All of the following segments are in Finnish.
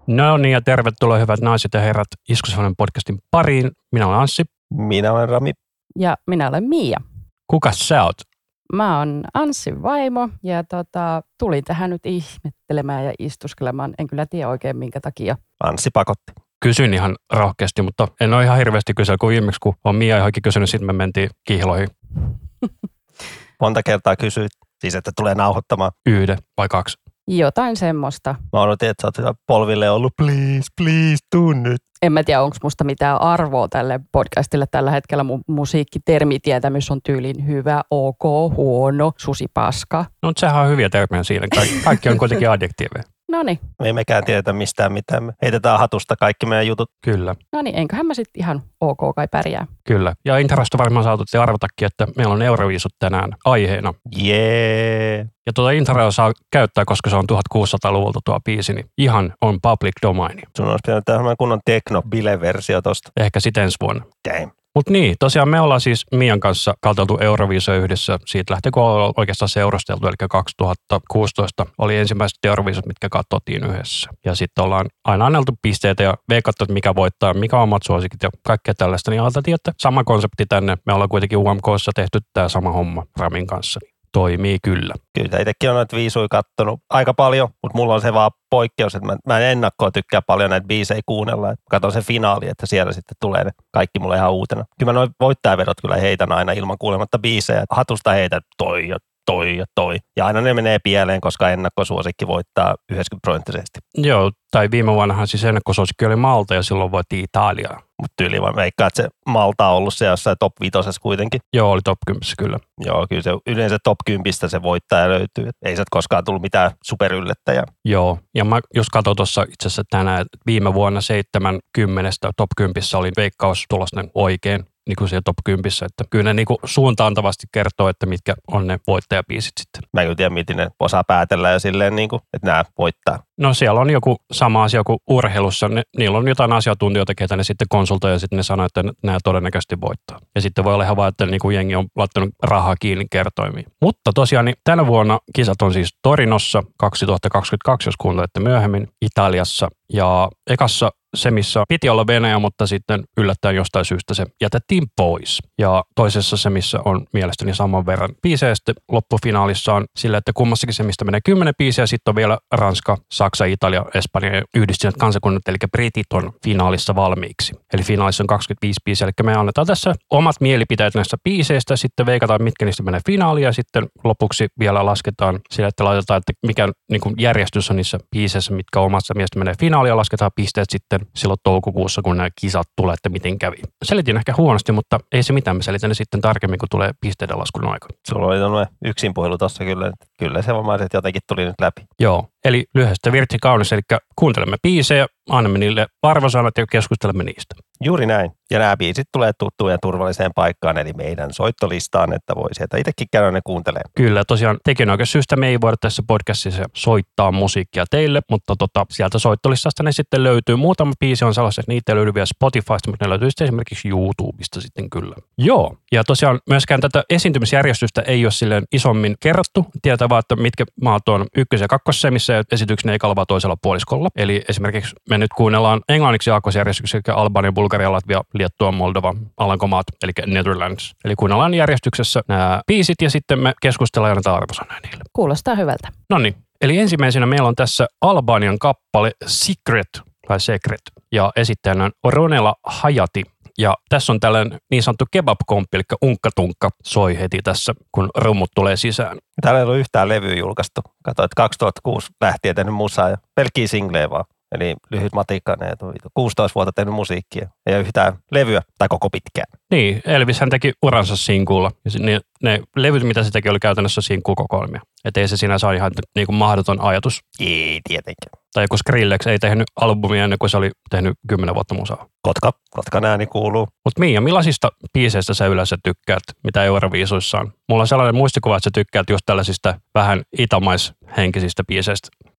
No niin, ja tervetuloa hyvät naiset ja herrat Iskusvallan podcastin pariin. Minä olen Anssi. Minä olen Rami. Ja minä olen Mia. Kukas sä oot? Mä oon Anssin vaimo ja tulin tähän nyt ihmettelemään ja istuskelemaan. En kyllä tiedä oikein minkä takia. Anssi pakotti. Kysyin ihan rohkeasti, mutta en ole ihan hirveästi kysellä kuin viimeksi, kun on Mia johonkin kysynyt, sitten me mentiin kihloihin. Monta kertaa kysyit, siis että tulee nauhoittamaan. 1 vai 2. Jotain semmoista. Mä odotin, että sä oot polville ollut, please, tuu nyt. En mä tiedä, onko musta mitään arvoa tälle podcastille tällä hetkellä. Mun musiikkitermitietämys on tyylin hyvä, ok, huono, susipaska. No, mutta sehän on hyviä termejä siinä. Kaikki on kuitenkin adjektiiveja. Noniin. Me ei mekään tiedetä mistään mitään. Me heitetään hatusta kaikki meidän jutut. Kyllä. Noniin, enköhän mä sitten ihan ok kai pärjää. Kyllä. Ja introsta varmaan saatatte arvatakin, että meillä on Euroviisut tänään aiheena. Jee. Ja tuota introa saa käyttää, koska se on 1600-luvulta tuo biisi, niin ihan on public domain. Sun olisi pitänyt tehdä kunnon techno-bile-versio tosta. Ehkä sitten ensi vuonna. Damn. Mutta niin, tosiaan me ollaan siis Mian kanssa katseltu Euroviisoja yhdessä. Siitä lähtee, kun ollaan oikeastaan seurusteltu, eli 2016 oli ensimmäiset Euroviisot, mitkä katsottiin yhdessä. Ja sitten ollaan aina anneltu pisteitä ja veikattu, että mikä voittaa, mikä on omat suosikit ja kaikkea tällaista. Niin ajateltiin, että sama konsepti tänne. Me ollaan kuitenkin UMK:ssa tehty tämä sama homma Ramin kanssa. Toimii kyllä. Kyllä, itsekin on noita viisuja kattonut aika paljon, mutta mulla on se vaan poikkeus, että mä en ennakkoa tykkää paljon näitä biisejä kuunnella. Katson se finaali, että siellä sitten tulee ne kaikki mulle ihan uutena. Kyllä mä noin voittajavedot kyllä heitän aina ilman kuulematta biisejä. Hatusta heitän toi ja toi ja toi. Ja aina ne menee pieleen, koska ennakkosuosikki voittaa 90%. Joo, tai viime vuonnahan siis ennakkosuosikki oli Malta ja silloin voitti Italiaa. Mutta tyyli vaan veikkaa, että se Malta on ollut se jossain top 5 kuitenkin. Joo, oli top 10 kyllä. Joo, kyllä se yleensä top 10 se voittaja löytyy. Ei se koskaan tullut mitään superyllättäjää. Joo, ja mä just katsoin tuossa itse asiassa tänään, että viime vuonna 7/10 top 10 oli veikkaustulosten oikein. Niin kuin siellä top 10, että kyllä ne niin kuin suuntaantavasti kertoo, että mitkä on ne voittajabiisit sitten. Mä en kyllä tiedä, miten ne osaa päätellä ja silleen, niin kuin, että nämä voittaa. No siellä on joku sama asia kuin urheilussa. Niillä on jotain asiantuntijoita, ketä ne sitten konsultoi ja sitten ne sanoo, että nämä todennäköisesti voittaa. Ja sitten voi olla ihan vaan, että niin kuin jengi on laittanut rahaa kiinni kertoimiin. Mutta tosiaan niin tänä vuonna kisat on siis Torinossa 2022, jos kuuntelette myöhemmin, Italiassa ja ekassa se, missä piti olla Venäjä, mutta sitten yllättäen jostain syystä se jätettiin pois. Ja toisessa se, missä on mielestäni saman verran biisejä, sitten loppufinaalissa on sillä, että kummassakin se, mistä menee 10 biisiä, sitten on vielä Ranska, Saksa, Italia, Espanja ja yhdistyneet kansakunnat, eli britit on finaalissa valmiiksi. Eli finaalissa on 25 biisiä, eli me annetaan tässä omat mielipiteet näistä biiseistä, sitten veikataan, mitkä niistä menee finaaliin, ja sitten lopuksi vielä lasketaan sillä, että laitetaan, että mikä niin kuin järjestys on niissä biiseissä, mitkä omassa mielestä menee finaaliin, ja lasketaan pisteet sitten silloin toukokuussa, kun nämä kisat tulee, että miten kävi. Selitin ehkä huonosti, mutta ei se mitään. Mä selitän ne sitten tarkemmin, kun tulee pisteiden laskun aika. Sulla oli tämmöinen yksin puhelu tuossa kyllä. Kyllä se varmaan jotenkin tuli nyt läpi. Joo, eli lyhyestä virtsi kaunis, eli kuuntelemme biisejä, annamme niille arvosanat ja keskustelemme niistä. Juuri näin. Ja nämä biisit tulee tuttuun ja turvalliseen paikkaan, eli meidän soittolistaan, että voi sieltä itsekin käydä ne kuuntelemaan. Kyllä, tosiaan tekijänoikeussyystä me ei voida tässä podcastissa soittaa musiikkia teille, mutta sieltä soittolistasta ne sitten löytyy. Muutama biisi on sellaisia, että niitä ei löydy vielä Spotifysta, mutta ne löytyy sitten esimerkiksi YouTubesta sitten kyllä. Joo, ja tosiaan myöskään tätä esiintymisjärjestystä ei ole silleen isommin kerrottu. Tiedetään vaan, että mitkä maat on ykkös- ja kakkosemissä ja esityksen ekalla vaan toisella puoliskolla. Eli esimerkiksi me nyt kuunnellaan englanniksi aakkosjärjestyksessä, eli Albania, Bulgaria, Latvia, Liettua, Moldova, Alankomaat, eli Netherlands. Eli kuunnellaan järjestyksessä nämä biisit ja sitten me keskustellaan ja annetaan arvosanoja niille. Kuulostaa hyvältä. Noniin, eli ensimmäisenä meillä on tässä Albanian kappale Secret, ja esittäjänä on Ronela Hayati. Ja tässä on tällainen niin sanottu kebab-komppi, eli unkkatunkka soi heti tässä, kun rummut tulee sisään. Täällä ei ollut yhtään levyä julkaistu. Katsoin, että 2006 lähtien tehnyt musaa ja pelkkiä singlejä vaan. Eli lyhyt matikkainen, 16 vuotta tehnyt musiikkia. Ei ole yhtään levyä tai koko pitkään. Niin, Elvis hän teki uransa sinkulla. Ne levyt, mitä se teki, oli käytännössä sinkkukokoelmia. Että ei se sinänsä ole ihan niin kuin mahdoton ajatus. Ei tietenkään. Tai joku Skrillex ei tehnyt albumia ennen kuin se oli tehnyt 10 vuotta musaa. Kotkan ääni kuuluu. Mutta Mia, millaisista biiseistä sä yleensä tykkäät, mitä Euroviisuissa on? Mulla on sellainen muistikuva, että sä tykkäät just tällaisista vähän itämaishenkisistä biiseistä.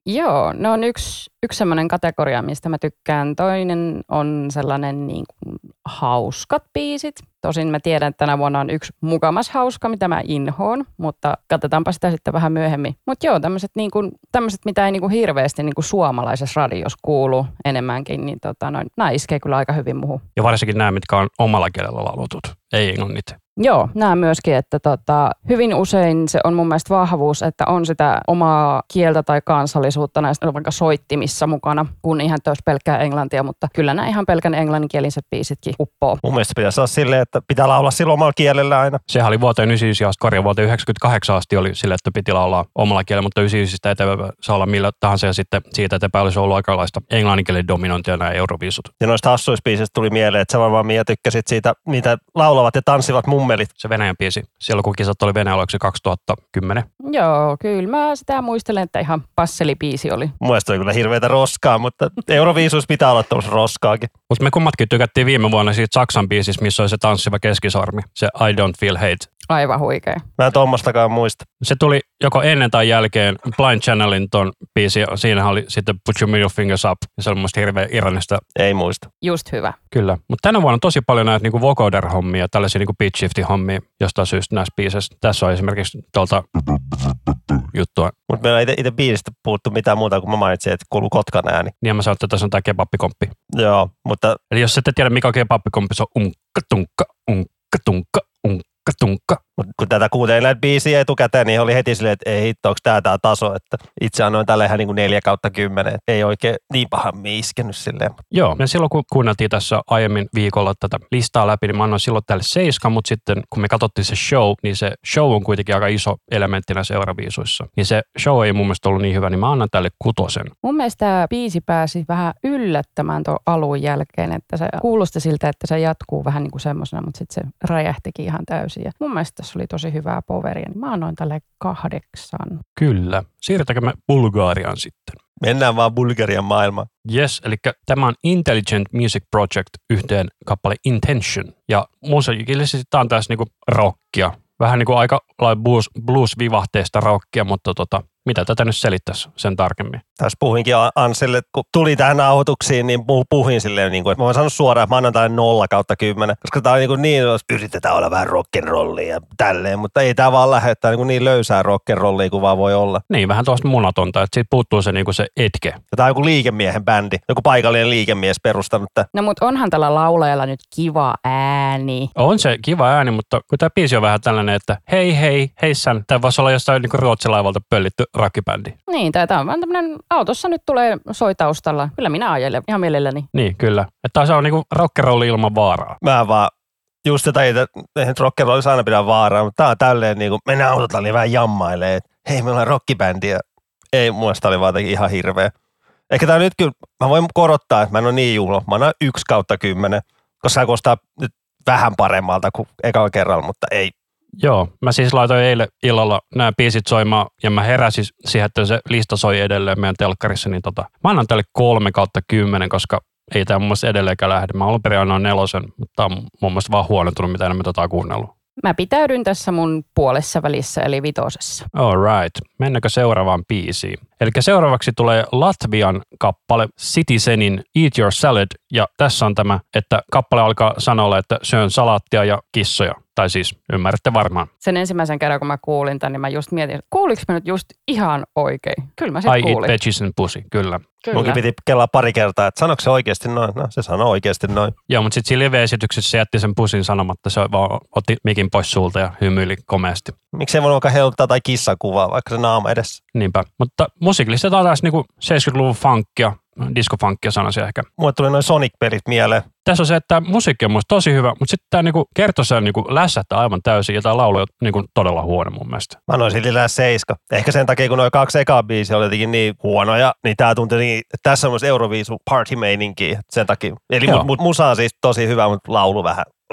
Joo, ne on yksi semmoinen kategoria, mistä mä tykkään. Toinen on sellainen niin kuin hauskat biisit. Tosin mä tiedän, että tänä vuonna on yksi mukamas hauska, mitä mä inhoon, mutta katsetaanpa sitä sitten vähän myöhemmin. Mutta joo, tämmöiset, mitä ei niin kuin hirveästi niin kuin suomalaisessa radiossa kuulu enemmänkin, niin nämä iskee kyllä aika hyvin muuhun. Ja varsinkin nämä, mitkä on omalla kielellä laulutut, ei englannit. Joo, näen myöskin, että hyvin usein se on mun mielestä vahvuus, että on sitä omaa kieltä tai kansallisuutta näistä vaikka soittimissa mukana, kun ihan olisi pelkkää englantia, mutta kyllä nämä ihan pelkän englanninkieliset biisitkin uppoo. Mun mielestä pitäisi olla silleen, että pitää laulaa sillä omalla kielellä aina. Sehän oli vuoteen 99 vuoteen 98 asti oli sille, että piti laulaa omalla kielellä, mutta 99 eteenpäin saa olla millä tahansa ja sitten siitä eteenpäin olisi ollut aikalaista englanninkielen dominointia nämä Euroviisut. Ja noista hassuisbiisistä tuli mieleen, että sä varmaan Mia tykkäsit siitä, mitä laulavat ja tanssivat mummelit. Se Venäjän biisi, silloin kun kisat oli Venäjällä, oliko se 2010? Joo, kyllä mä sitä muistelen, että ihan passelibiisi oli. Mun mielestä oli kyllä hirveätä roskaa, mutta Euroviisuissa pitää olla tuollaista roskaakin. Mutta me kummatkin tykättiin viime vuonna siitä Saksan biisistä, missä oli se tanssiva keskisormi, se I Don't Feel Hate. Aivan huikea. Mä en tuommoistakaan muista. Se tuli joko ennen tai jälkeen Blind Channelin ton biisi, siinähän oli sitten Put Your Middle Fingers Up, ja se oli mun mielestä hirveän ironista. Ei muista. Just hyvä. Kyllä, mutta tänä vuonna on tosi paljon näitä niinku vocoder-hommia, tällaisia niinku pitch shifti-hommia jostain syystä näissä biiseissä. Tässä on esimerkiksi tuolta juttua. Mutta meillä ei itse biisistä puhuttu mitään muuta, kun mä mainitsin, että kuuluu Kotkan ääni. Niin mä sanoin, että tässä on tää kebappikomppi. Joo, mutta... Eli jos ette tiedä, mikä on kebappikomppi, se on unkka, tunkka, unkka, tunkka, unkka, tunkka. Mutta kun tätä kuuntelin näitä biisiä etukäteen, niin oli heti silleen, että ei hitto, onko tää taso, että itse annoin tälle ihan niin kuin 4/10, että ei oikein niin pahammin iskenyt silleen. Joo, ja silloin kun kuunneltiin tässä aiemmin viikolla tätä listaa läpi, niin mä annoin silloin tälle 7, mutta sitten kun me katsottiin se show, niin se show on kuitenkin aika iso elementti näissä Euroviisuissa. Niin se show ei mun mielestä ollut niin hyvä, niin mä annan tälle 6. Mun mielestä tämä biisi pääsi vähän yllättämään tuon alun jälkeen, että se kuulosti siltä, että se jatkuu vähän niin kuin semmoisena, mutta sitten se räjähtikin ihan täysin. Ja mun mielestä tässä oli tosi hyvää poveria, niin mä annoin tälle 8. Kyllä. Siirrytäänkö me Bulgariaan sitten? Mennään vaan Bulgarian maailmaan. Yes, eli tämä on Intelligent Music Project yhteen kappale Intention. Ja musiikillisesti tämä on tässä niinku rockia. Vähän niin kuin aika blues-vivahteista rockia, mutta mitä tätä nyt selittäisi sen tarkemmin? Tässä puhuinkin Ansille, kun tuli tähän nauhoituksiin, niin puhuin silleen, että mä oon sanonut suoraan, että mä annan tälle 0/10, koska tää on niin, jos yritetään olla vähän rock'n'rollia ja tälleen, mutta ei tää vaan lähde, että niin löysää rock'n'rollia kuin vaan voi olla. Niin, vähän tuosta munatonta, että siitä puuttuu se, se etke. Ja tää on joku liikemiehen bändi, joku paikallinen liikemies perustanut tämän. No mutta onhan tällä laulajalla nyt kiva ääni. On se kiva ääni, mutta kun tämä biisi on vähän tällainen, että hei, heissän, tämä voisi olla jostain niin ruotsilaivalta pöllitty rockibändi. Niin, tämä on vaan tämmöinen, autossa nyt tulee soitaustalla. Kyllä minä ajelen ihan mielelläni. Niin, kyllä. Että se on niinku rock'n'rolli ilman vaaraa. Mä vaan just sitä, että rock'n'rollissa aina pidä vaaraa, mutta tää on tälleen niin kuin mennään autotalliin vähän jammailee, että hei, me ollaan rockibändi ja ei, mun mielestä oli vaan ihan hirveä. Ehkä tää nyt kyllä, mä voin korottaa, että mä en ole niin juhlo. Mä annan 1/10, koska se kostaa nyt vähän paremmalta kuin ekalla kerralla, mutta ei. Joo, mä siis laitoin eilen illalla nämä biisit soimaan ja mä heräsin siihen, että se lista soi edelleen meidän telkkarissa, niin mä annan tälle 3/10, koska ei tämä mun mielestä edelleenkään lähde. Mä alun perin annoin 4, mutta tää on mun mielestä vaan huonontunut, mitä enemmän tätä on kuunnellut. Mä pitäydyn tässä mun puolessa välissä, eli 5. All right. Mennäänkö seuraavaan biisiin? Eli seuraavaksi tulee Latvian kappale Citizenin Eat Your Salad. Ja tässä on tämä, että kappale alkaa sanolla, että syön salaattia ja kissoja. Tai siis ymmärrätte varmaan. Sen ensimmäisen kerran, kun mä kuulin tämän, niin mä just mietin, että kuulinko mä nyt just ihan oikein? Kyllä mä sitten kuulin. I eat veggies and pussy, kyllä. Munkin piti kellaa pari kertaa, että sanoiko se oikeasti noin? No, se sanoo oikeasti noin. Joo, mutta sitten siinä live-esityksessä se jätti sen pusin sanomatta. Se vaan otti mikin pois sulta ja hymyili komeasti. Miksi ei voi vaikka heiluttaa tai kissakuvaa, vaikka se naama edessä? Niinpä. Mutta musiikillisesti on taas niinku 70-luvun funkia, disco-funkia sanoisin ehkä. Mulle tuli noin Sonic-pelit mieleen. Tässä on se, että musiikki on musta tosi hyvä, mutta sitten tämä niinku kertosäe niinku lässättää aivan täysin ja tämä laulu on niinku todella huono mun mielestä. Mä annoin silti 7. Ehkä sen takia, kun noin 2 ekaa biisiä oli jotenkin niin huonoja, niin tää tuntui niin, että tässä on myös Euroviisu party-meininkiä sen takia. Eli musa on siis tosi hyvä, mutta laulu vähän.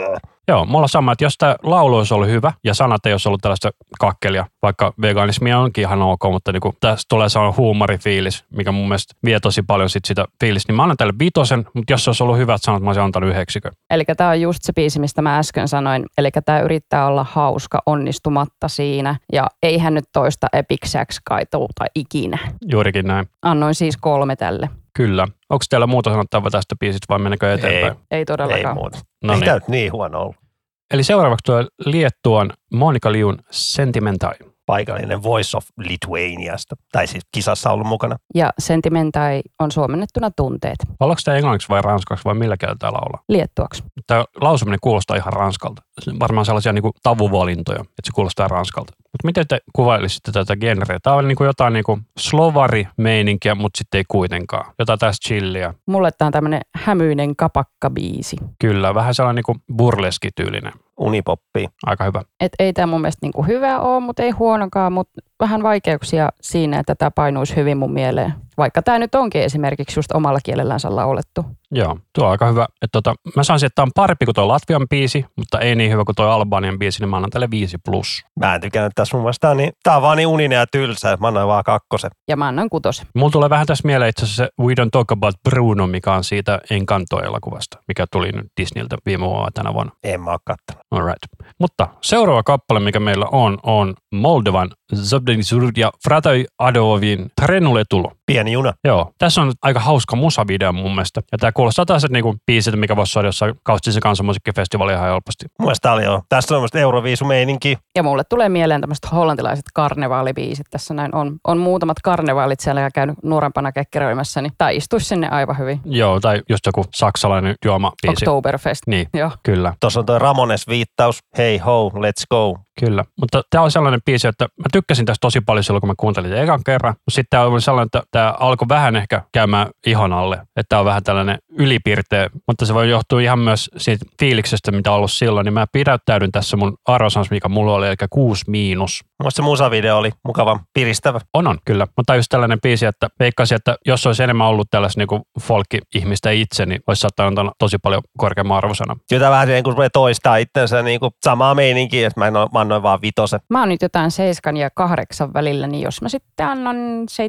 Joo, mulla on sama, että jos tämä laulu olisi ollut hyvä ja sanat ei olisi ollut tällaista kakkelia, vaikka veganismia onkin ihan ok, mutta niin tästä tulee sellainen huumorifiilis, mikä mun mielestä vie tosi paljon sitä fiilistä, niin mä annan tälle 5, mutta jos se olisi ollut hyvät sanat, mä olisin antanut 9. Eli tämä on just se biisi, mistä mä äsken sanoin. Eli tämä yrittää olla hauska onnistumatta siinä ja eihän nyt toista epiksäksi kaituuta ikinä. Juurikin näin. Annoin siis 3 tälle. Kyllä. Onko teillä muuta sanottavaa tästä biisistä vai mennäkö eteenpäin? Ei todellakaan. Ei muuta. No Ei niin. tämä nyt niin huono ollut. Eli seuraavaksi tulee Liettuan Monika Liun Sentimentai. Paikallinen Voice of Lithuaniasta. Tai siis kisassa ollut mukana. Ja Sentimentai on suomennettuna tunteet. Ollaanko tämä englanniksi vai ranskaksi vai millä kielellä tämä laulaa? Liettuaksi. Tämä lausuminen kuulostaa ihan ranskalta. Varmaan sellaisia niin kuin tavuvalintoja, että se kuulostaa ranskalta. Mutta miten te kuvailisitte tätä genreä? Tämä on niin kuin jotain niin kuin slovari-meininkiä, mutta sitten ei kuitenkaan. Jotain tästä chilliä. Mulle tämä on tämmöinen hämyinen kapakkabiisi. Kyllä, vähän sellainen niin kuin burleskityylinen. Unipoppi. Aika hyvä. Et ei tämä mun mielestä niinku hyvä ole, mutta ei huonokaan, mutta vähän vaikeuksia siinä, että tämä painuisi hyvin mun mieleen. Vaikka tämä nyt onkin esimerkiksi just omalla kielellänsä laulettu. Joo, tuo on aika hyvä. Mä sanoisin, että tämä on parempi kuin tuo Latvian biisi, mutta ei niin hyvä kuin tuo Albanian biisi, niin mä annan tälle 5+. Mä en tykännyt tässä mun mielestä. Tää on vaan niin uninen ja tylsä. Mä annoin vaan 2. Ja mä annan 6. Mulla tulee vähän tässä mieleen itse asiassa se We Don't Talk About Bruno, mikä on siitä Encanto-elokuvasta, mikä tuli nyt Disneyltä viime vuonna tänä vuonna. En mä oo kattonut. Alright. Mutta seuraava kappale, mikä meillä on Moldovan Zobdenzurd ja Fratoi Adovin Trenuletulo. Pieni juna. Joo, tässä on aika hauska musavideo mun mielestä. Ja tää kuulostaa taas niinku biisiltä, mikä voisi saada jossain Kaustisen kansanmusiikkifestivaali ihan helposti. Mun mielestä tää oli joo. Tässä on semmoista Euroviisumeininkiä. Ja mulle tulee mieleen tämmöiset hollantilaiset karnevaalibiisit. Tässä näin on muutamat karnevaalit siellä ja käynyt nuorempana kekkeröimässä, niin tää istuisi sinne aivan hyvin. Joo, tai just joku saksalainen juomabiisi. Oktoberfest. Niin, Joo. kyllä. Tuossa on toi Ramones-viittaus. Hey ho, let's go. Kyllä, mutta tämä on sellainen biisi, että mä tykkäsin tästä tosi paljon silloin, kun mä kuuntelin sen ekan kerran. Mutta sitten tämä oli sellainen, että tämä alkoi vähän ehkä käymään ihon alle. Että tämä on vähän tällainen ylipirteä, mutta se voi johtua ihan myös siitä fiiliksestä, mitä on ollut silloin. Niin mä pidättäydyn tässä mun arvosanassa, mikä mulla oli, eli 6-. Mun mielestä se musavideo oli mukava, piristävä. On, kyllä. Mutta just tällainen biisi, että veikkaisin, että jos olisi enemmän ollut tällaista niin folkki-ihmistä itse, niin olisi saattanut antaa tosi paljon korkeamman arvosana. Kyllä tää vähän niin kuin toistaa itsensä niin kuin samaa meininkiä, että mä annoin vaan 5. Mä oon nyt jotain 7 ja 8 välillä, niin jos mä sitten annan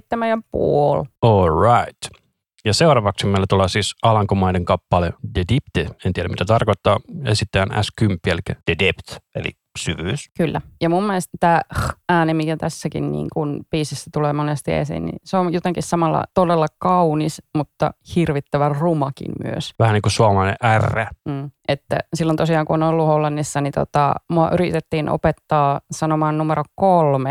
7,5. All right. Ja seuraavaksi meillä tulee siis Alankomaiden kappale The Depth. En tiedä mitä tarkoittaa. Esittäjän S10, eli The depth, eli syvyys. Kyllä. Ja mun mielestä tämä ääni, mikä tässäkin niin kun biisissä tulee monesti esiin, niin se on jotenkin samalla todella kaunis, mutta hirvittävän rumakin myös. vähän niin kuin suomalainen R. Että silloin tosiaan, kun on ollut Hollannissa, niin mua yritettiin opettaa sanomaan numero 3.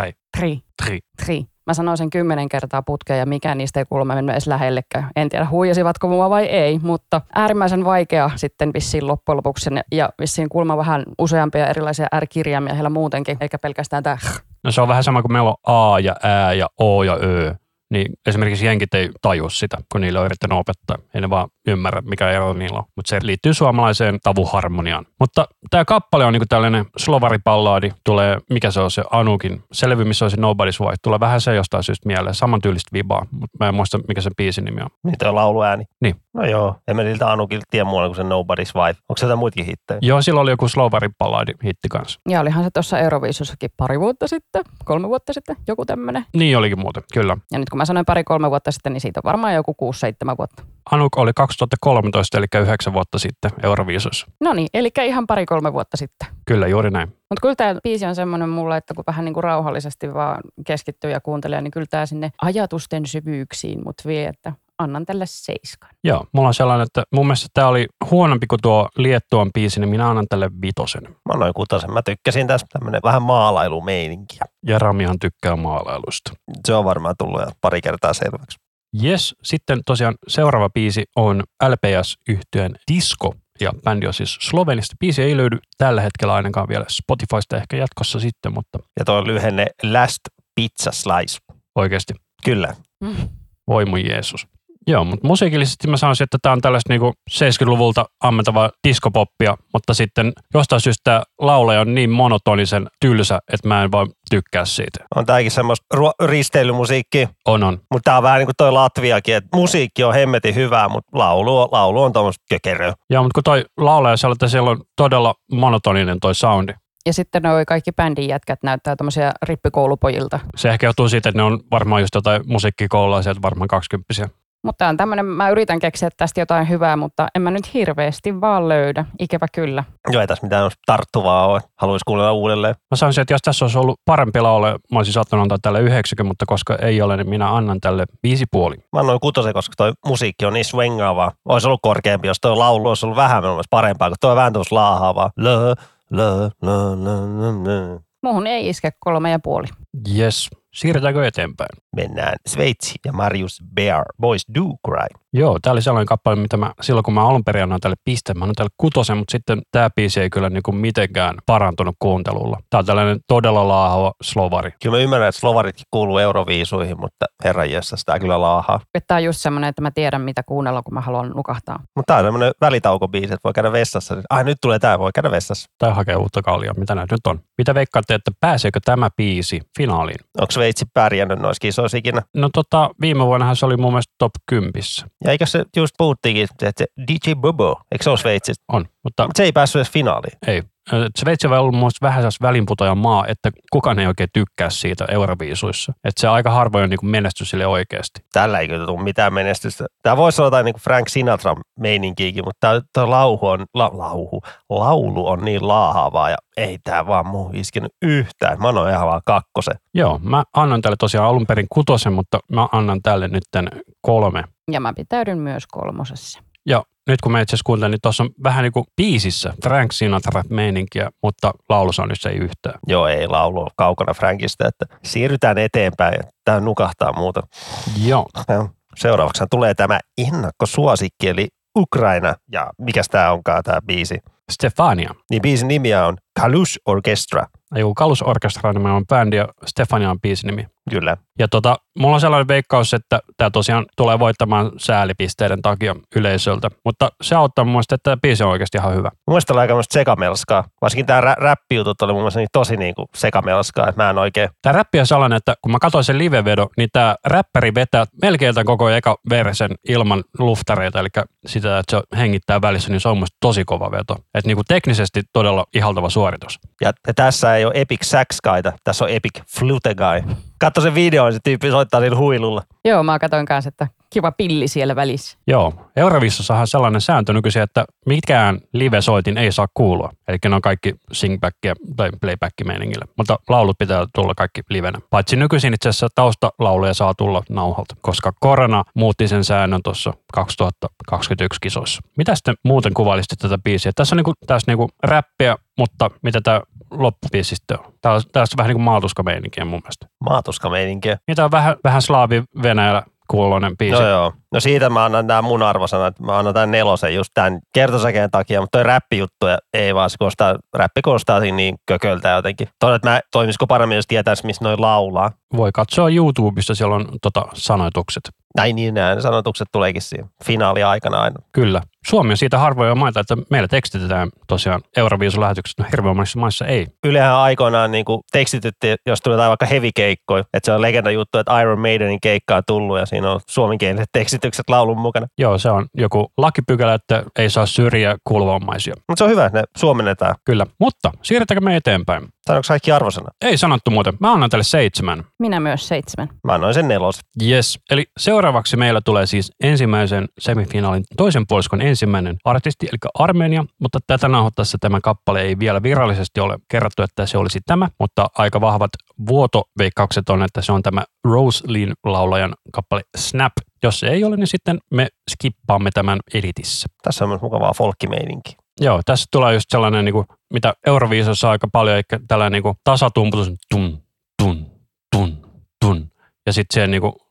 Tri. Mä sanoin sen 10 kertaa putkeen ja mikään niistä ei kuulemma mennyt edes lähellekään. En tiedä huijasivatko mua vai ei, mutta äärimmäisen vaikea sitten vissiin loppujen lopuksi. Ja vissiin kuulemma vähän useampia erilaisia R-kirjaimia heillä muutenkin, eikä pelkästään tämä. No se on vähän sama kuin meillä on A ja Ä ja O ja Ö. Niin esimerkiksi jenkit ei tajua sitä, kun niillä on yrittänyt opettaa. Ei ne vaan ymmärrä, mikä ero niillä on. Mutta se liittyy suomalaiseen tavuharmoniaan. Mutta tämä kappale on niinku tällainen slovaripallaadi. Tulee, mikä se on se Anukin. Selvy, missä on se Nobody's Wife. Tulee vähän se jostain syystä mieleen. Samantyylistä vibaa, mutta mä en muista, mikä se biisin nimi on. Niin toi lauluääni. Niin. No joo, emme niiltä Anukilta tiedä muualla kuin se Nobody's Wife. Onko se jotain muitakin hittejä? Joo, silloin oli joku slovaripallaadi hitti kanssa. Ja olihan se tuossa Euroviisussakin 3 vuotta sitten, joku tämmöinen. Niin olikin muuten, kyllä. Ja nyt kun mä sanoin 3 vuotta sitten, niin siitä on varmaan joku 6-7 vuotta. Anuk oli 2013, eli 9 vuotta sitten Euroviisussa. No niin, eli ihan 3 vuotta sitten. Kyllä, juuri näin. Mutta kyllä tämä biisi on semmoinen mulle, että kun vähän niin kuin rauhallisesti vaan keskittyy ja kuuntelee, niin kyllä tämä sinne ajatusten syvyyksiin mut vie, että annan tälle 7. Joo, mulla on sellainen, että mun mielestä tämä oli huonompi kuin tuo Liettuan biisi, niin minä annan tälle 5. Mä annoin 6. Mä tykkäsin tästä tämmönen vähän maalailumeininkiä. Ja Ramihan tykkää maalailusta. Se on varmaan tullut jo pari kertaa selväksi. Yes, sitten tosiaan seuraava biisi on LPS-yhtyeen Disco. Ja bändi on siis Slovenista. Biisi ei löydy tällä hetkellä ainakaan vielä Spotifysta, ehkä jatkossa sitten, mutta Ja tuo lyhenne Last Pizza Slice. oikeasti Kyllä. voi mun Jeesus. Joo, mutta musiikillisesti mä sanoisin, että tämä on tällaista niinku 70-luvulta ammentavaa diskopoppia, mutta sitten jostain syystä laulaja on niin monotonisen tylsä, että mä en vaan tykkää siitä. On tääkin semmoista risteilymusiikkia. On. Mutta tää on vähän niin kuin toi Latviakin, että musiikki on hemmetin hyvää, mutta laulu on tommoista kökeröä. Joo, mutta kun toi laulaja siellä on todella monotoninen toi soundi. Ja sitten noi kaikki bändin jätkät näyttää tommosia rippikoulupojilta. Se ehkä johtuu siitä, että ne on varmaan just jotain musiikkikoululaisia, varmaan 20-vuotiaita. Mutta on tämmönen, mä yritän keksiä tästä jotain hyvää, mutta en mä nyt hirveästi vaan löydä. Ikävä kyllä. Joo, ei tässä mitään tarttuvaa ole. Haluaisi kuunnella uudelleen. Mä sanoisin, että jos tässä olisi ollut parempi laulaja, mä olisin saattanut antaa tälle 90, mutta koska ei ole, niin minä annan tälle 5,5. Mä annoin 6, koska toi musiikki on niin swingaavaa. Olisi ollut korkeampi, jos toi laulu olisi ollut vähän parempaa, kun toi on vähän tuossa laahaavaa. Muuhun ei iske 3,5. Yes. Siirrytäänkö eteenpäin? Mennään Sveitsi ja Marius Bear, Boys Do Cry. Joo, tää oli sellainen kappale, mitä mä silloin kun mä alun perin annoin tälle pisteen, mä annoin tälle 6, mutta sitten tää biisi ei kyllä niinku mitenkään parantunut kuuntelulla. Tää on tällainen todella laahava slovari. Kyllä mä ymmärrän, että slovaritkin kuuluu Euroviisuihin, mutta herranjestas, tää kyllä laahaa. Tää on just semmoinen, että mä tiedän mitä kuunnella, kun mä haluan nukahtaa. Mutta tää on semmoinen välitaukobiisi, että voi käydä vessassa. Ai nyt tulee tää, voi käydä vessassa. Tai hakea uutta kallia, mitä näitä nyt on. Mitä veikkaatte, että pääseekö tämä biisi finaaliin? Onko Sveitsi pärjännyt noissa kisoissa ikinä? No viime vuonnahan se oli mun mielestä top 10. Ja eikö se just puhuttiinkin, että DJ Bobo, eikö se ole Sveitsistä? On, mutta se ei päässyt edes finaaliin. Ei. Sveitsi on ollut mun vähän sellainen välinputoja maa, että kukaan ei oikein tykkää siitä Euroviisuissa. Että se aika harvoin on niin menestys sille oikeasti. Tällä ei kyllä tule mitään menestystä. Tämä voisi olla jotain niin kuin Frank Sinatra meininkiäkin, mutta tämä laulu on niin laahavaa ja ei tämä vaan muu iskenyt yhtään. Mä annoin ihan vaan 2. Joo, mä annan tälle tosiaan alun perin 6, mutta mä annan tälle nyt 3. Ja mä pitäydyn myös 3. Ja nyt kun mä itse asiassa kuuntelen, niin tuossa on vähän niin kuin biisissä Frank Sinatra-meininkiä, mutta laulusoinnissa ei yhtään. Joo, ei laulu on kaukana Frankista, että siirrytään eteenpäin. Tämä nukahtaa muuta. Joo. Seuraavaksi tulee tämä ennakkosuosikki, eli Ukraina. Ja mikäs tämä onkaan tämä biisi? Stefania. Niin biisin nimi on Kalush Orchestra. Kalush Orchestra on bändi ja Stefania on biisin nimi. Kyllä. Ja mulla on sellainen veikkaus, että tämä tosiaan tulee voittamaan säälipisteiden takia yleisöltä. Mutta se auttaa mun mielestä, että tämä biisi on oikeasti ihan hyvä. Mun mielestä oli aika sekamelskaa. Varsinkin tämä räppijutut oli mun mielestä tosi niinku sekamelskaa, että mä en oikein. Tämä räppi on sellainen, että kun mä katsoin sen live-vedon, niin tämä räppäri vetää melkein tämän koko eka versen ilman luftareita, eli sitä, että se hengittää välissä, niin se on mun mielestä tosi kova veto. Että niinku teknisesti todella ihaltava suoritus. Ja tässä ei ole Epic Sax Guyta, tässä on Epic Flute Guy. Katso sen videon, se tyyppi soittaa niillä huilulla. Joo, mä katsoin kanssa, että kiva pilli siellä välissä. Joo, Euroviissossahan on sellainen sääntö nykyisin, että mitkään live-soitin ei saa kuulua. Eli ne on kaikki singbackia tai playback-meiningillä. Mutta laulut pitää tulla kaikki livenä. Paitsi nykyisin itse asiassa taustalauluja saa tulla nauhalta, koska korona muutti sen säännön tuossa 2021 kisoissa. Mitä sitten muuten kuvailisit tätä biisiä? Tässä on niinku räppiä, mutta mitä tämä loppubiisi sitten on? Tämä on vähän niin kuin maatuska-meininkiä mun mielestä. Maatuska-meininkiä? Niitä on vähän slaavi-venäjällä kuuloinen biisi. Joo. No siitä mä annan tämän mun arvosana, että mä annan tämän 4 just tämän kertosäkeen takia, mutta toi räppijuttu ei vaan, räppi kuulostaa niin kököltä jotenkin. Että toimisiko paremmin, jos tietäisi, missä noi laulaa. Voi katsoa YouTubesta, siellä on sanoitukset. Näin niin, nämä sanotukset tuleekin siinä finaaliaikana aina. Kyllä. Suomi on siitä harvoja maita, että meillä tekstitetään tosiaan Euroviisun-lähetykset, no hirveän monissa maissa ei. Ylehän aikoinaan niin tekstityttiin, jos tuli jotain vaikka heavy-keikkoja, että se on legenda juttu, että Iron Maidenin keikka on tullut ja siinä on suomenkieliset tekstitykset laulun mukana. Joo, se on joku lakipykälä, että ei saa syrjiä kuulovammaisia. Mutta se on hyvä, että ne suomennetaan. Kyllä, mutta siirrytäänkö me eteenpäin? Sanoiko kaikki arvosana? Ei sanottu muuten. Mä annan tälle 7. Minä myös 7. Mä annoin sen 4. Yes. Eli seuraavaksi meillä tulee siis ensimmäisen semifinaalin toisen puoliskon ensimmäinen artisti, eli Armenia, mutta tätä nauhoittaessa tämä kappale ei vielä virallisesti ole kerrottu, että se olisi tämä, mutta aika vahvat vuotoveikkaukset on, että se on tämä Rosalyn laulajan kappale Snap. Jos se ei ole, niin sitten me skippaamme tämän editissä. Tässä on myös mukavaa folkkimeininki. Joo, tässä tulee just sellainen, niin kuin, mitä Euroviisossa aika paljon, eikä tällainen niin kuin tasatumputus, tun. Ja sitten siihen niin kuin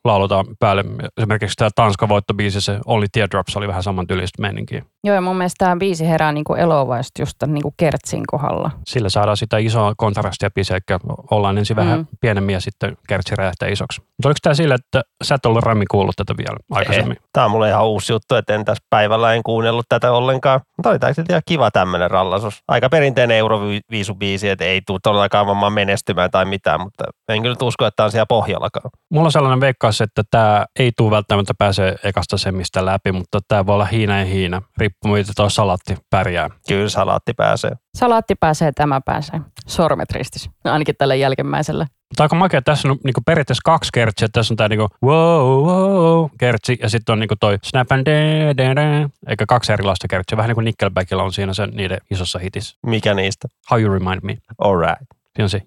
lauletaan päälle. Esimerkiksi tämä Tanskan voittobiisi, se Only Teardrops oli vähän saman tyylistä meininkiä. Joo, ja mun mielestä tämä biisi herää niinku elovaista just niinku kertsin kohdalla. Sillä saadaan sitä isoa kontrastia biisiä, eli ollaan ensin vähän pienemmin ja sitten kertsi räjähtää isoksi. Mutta oliko tämä sillä, että sä et ollut Rami kuullut tätä vielä aikaisemmin? Tämä on mulle ihan uusi juttu, että en tässä päivällä en kuunnellut tätä ollenkaan. Mutta oli tämä ihan kiva tämmöinen rallasus. Aika perinteinen Euroviisubiisi, että ei tule todellakaan varmaan menestymään tai mitään, mutta en kyllä usko, että tämä on siellä pohjallakaan. Mulla on sellainen veikkaus, että tämä ei tule välttämättä pääsee ekasta semistä läpi, mutta tämä voi olla hiina ja hiina. Riippuu, mitä tuo salaatti pärjää. Kyllä salaatti pääsee. Salaatti pääsee, tämä pääsee. Sormet ristis, ainakin tälle jälkimmäiselle. Mutta aika makea, tässä on niinku periaatteessa 2 kertsiä. Tässä on tämä niinku wow kertsi ja sitten on niinku toi snap and da, eikä 2 erilaista kertsiä. Vähän niin kuin Nickelbackilla on siinä se niiden isossa hitissä. Mikä niistä? How You Remind Me. All right. Siinä on se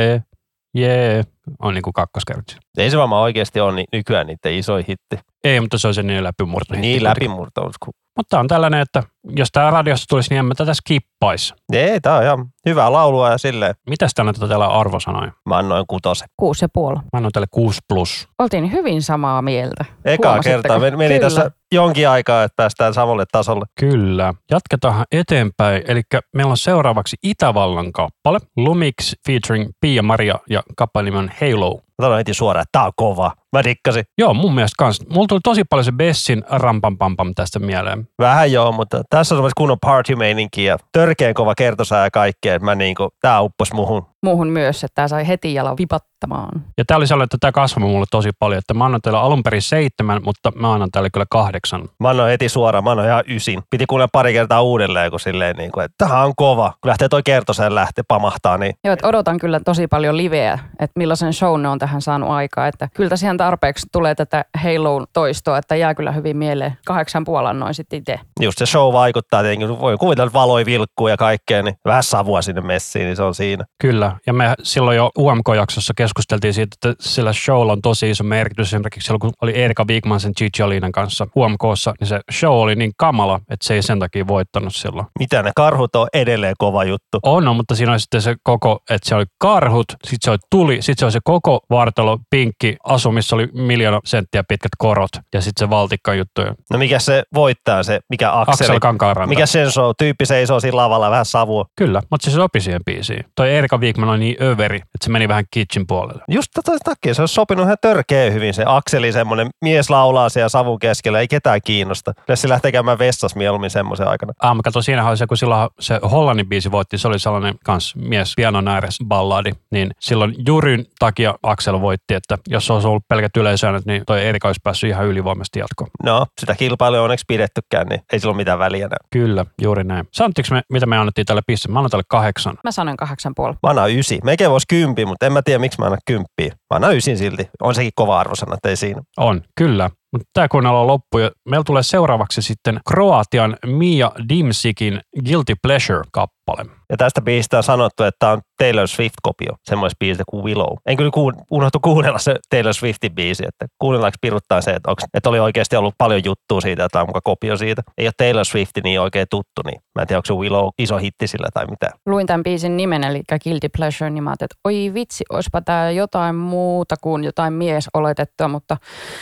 on niinku 2 kertsi. Ei se varmaan oikeasti ole nykyään niiden isoin hitti. Ei, mutta se on se niin läpimurto. Niin läpimurto. Mutta on tällainen, että jos tämä radiosta tulisi, niin en mä tätä skippaisi. Ei, tää on ihan hyvää laulua ja silleen. Mitäs tänne täällä arvosanoja? Mä annoin 6. 6,5. Mä annoin tälle 6+. Oltiin hyvin samaa mieltä. Ekaa kertaa. Meni tässä jonkin aikaa, että päästään samalle tasolle. Kyllä. Jatketaan eteenpäin. Eli meillä on seuraavaksi Itävallan kappale. Lumix featuring Pia-Maria ja kappaleen nimi on Halo. Mä sanon heti suoraan, että tää on kova. Mä dikkasin. Joo, mun mielestä kans. Mulla tuli tosi paljon se Bessin rampampampam tästä mieleen. Vähän joo, mutta tässä on semmoista kunnon party-meininki ja törkeän kova kertosää ja kaikkea. Mä tää uppos muhun. Muuhun myös, että tää sai heti jalan vipattamaan. Ja tää oli sellainen, että tää kasvoi mulle tosi paljon. Että mä annan teille alun perin 7, mutta mä annan teille kyllä 8. Mä annoin heti suoraan, mä annoin ihan 9. Piti kuunnella pari kertaa uudelleen, kun silleen että tämähän on kova. Kun lähtee toi kertosää pamahtaa, niin. Joo, että odotan kyllä tosi paljon liveä, että millaisen show ne on tähän saanut aikaa. Että kyllä tosiaan tarpeeksi tulee tätä Halo-toistoa, että jää kyllä hyvin mieleen. 8,5 noin sitten itse. Just se show vaikuttaa tietenkin. Voi kuvitella, että valoi vilkkuu ja kaikkea, niin vähän savua sinne messiin, niin se on siinä. Kyllä, ja me silloin jo UMK-jaksossa keskusteltiin siitä, että sillä showlla on tosi iso merkitys. Esimerkiksi silloin, kun oli Erika Wigman sen Gigi Alinan kanssa UMK:ssa, niin se show oli niin kamala, että se ei sen takia voittanut silloin. Mitä ne karhut on edelleen kova juttu? On, mutta siinä oli sitten se koko, että se oli karhut, sitten se oli tuli, sitten se oli se koko vartalo pinkki asu, missä oli 1 000 000 senttiä pitkät korot ja sitten se valtikka juttu. No mikä se voittaa se, mikä Aksel Kankaanranta. Mikä sen show? Tyyppi seisoo siinä lavalla vähän savua. Kyllä, mutta se sopi siihen biisiin. Toi Erika Wigman oli niin överi, että se meni vähän kitchen puolelle. Just takia se olisi sopinut ihan törkeä hyvin. Se Akseli semmoinen mies laulaa siellä savun keskellä, ei ketään kiinnosta. Se lähtee käymään vessassa mieluummin semmoisen aikana. Mä katsoin, siinähän oli se, kun silloin se Hollannin biisi voitti, se oli sellainen kans mies pianon ääressä balladi, niin silloin juryn takia Aksel voitti, että jos olisi ollut pelkät yleisöä, niin toi Erika olisi päässyt ihan ylivoimaisesti jatkoon. No, sitä kilpailua on onneksi pidettykään, niin ei sillä ole mitään väliä enää. Kyllä, juuri näin. Sanottiinko me, mitä me annettiin tälle piste? Mä annan tälle 8. Mä sanoin 8,5. Mä annan 9. Mekin voisi 10, mutta en mä tiedä, miksi mä annan 10. Mä annan 9 silti. On sekin kova arvosana, ei siinä. On, kyllä. Mutta tämä kuunnella on loppu ja meillä tulee seuraavaksi sitten Kroatian Mia Dimsikin Guilty Pleasure-kappale. Ja tästä biisistä on sanottu, että tämä on Taylor Swift-kopio, semmoista biisistä kuin Willow. En kyllä unohtu kuunnella se Taylor Swiftin biisi, että kuunnellaanko piruttaa se, että oli oikeasti ollut paljon juttua siitä, että tämä on muka kopio siitä. Ei ole Taylor Swift niin oikein tuttu, niin mä en tiedä, onko se Willow iso hitti sillä tai mitään. Luin tämän biisin nimen, eli Guilty Pleasure, niin mä ajattelin, että oi vitsi, olisipa tämä jotain muuta kuin jotain miesoletettua, mutta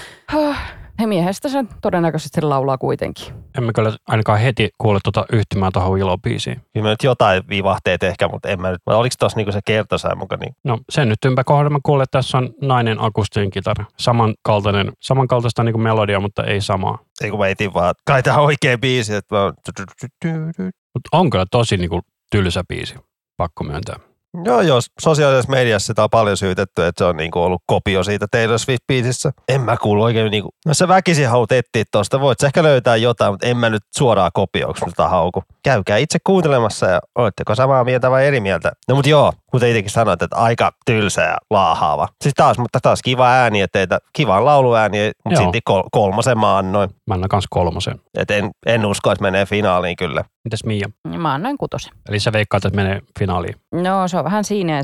miehestä se todennäköisesti laulaa kuitenkin. Emme kyllä ainakaan heti kuule yhtymään tuohon Willow-biisiin. Kyllä mä nyt jotain vivahteet ehkä, mutta en mä nyt. Oliko tuossa niinku se kertosää mukaan? Niin? No sen nyt ympäkohdalla mä kuulen, että tässä on nainen akustinen kitara. Samankaltaista niinku melodia, mutta ei samaa. Ei kun mä etin vaan, kai tää on oikea biisi. Että mä... Mutta on kyllä tosi niinku tylsä biisi, pakko myöntää. Joo, sosiaalisessa mediassa sitä on paljon syytetty, että se on niinku ollut kopio siitä Taylor Swift-biisissä. En mä kuulu oikein niinku, jos sä väkisin haluat etsiä tosta, voit sä ehkä löytää jotain, mutta en mä nyt suoraan kopioiksi sitä hauku. Käykää itse kuuntelemassa ja oletteko samaa mieltä vai eri mieltä. No mut joo, kuten itsekin sanoit, että aika tylsä ja laahaava. Siis taas kiva ääni, että kiva lauluääni, mutta silti 3 mä annoin. Mä annan kans 3. Et en usko, että menee finaaliin kyllä. Mitäs Mia? Mä annoin 6. Eli sä veikkaat, että menee finaaliin? No se on vähän siinä ja siinä.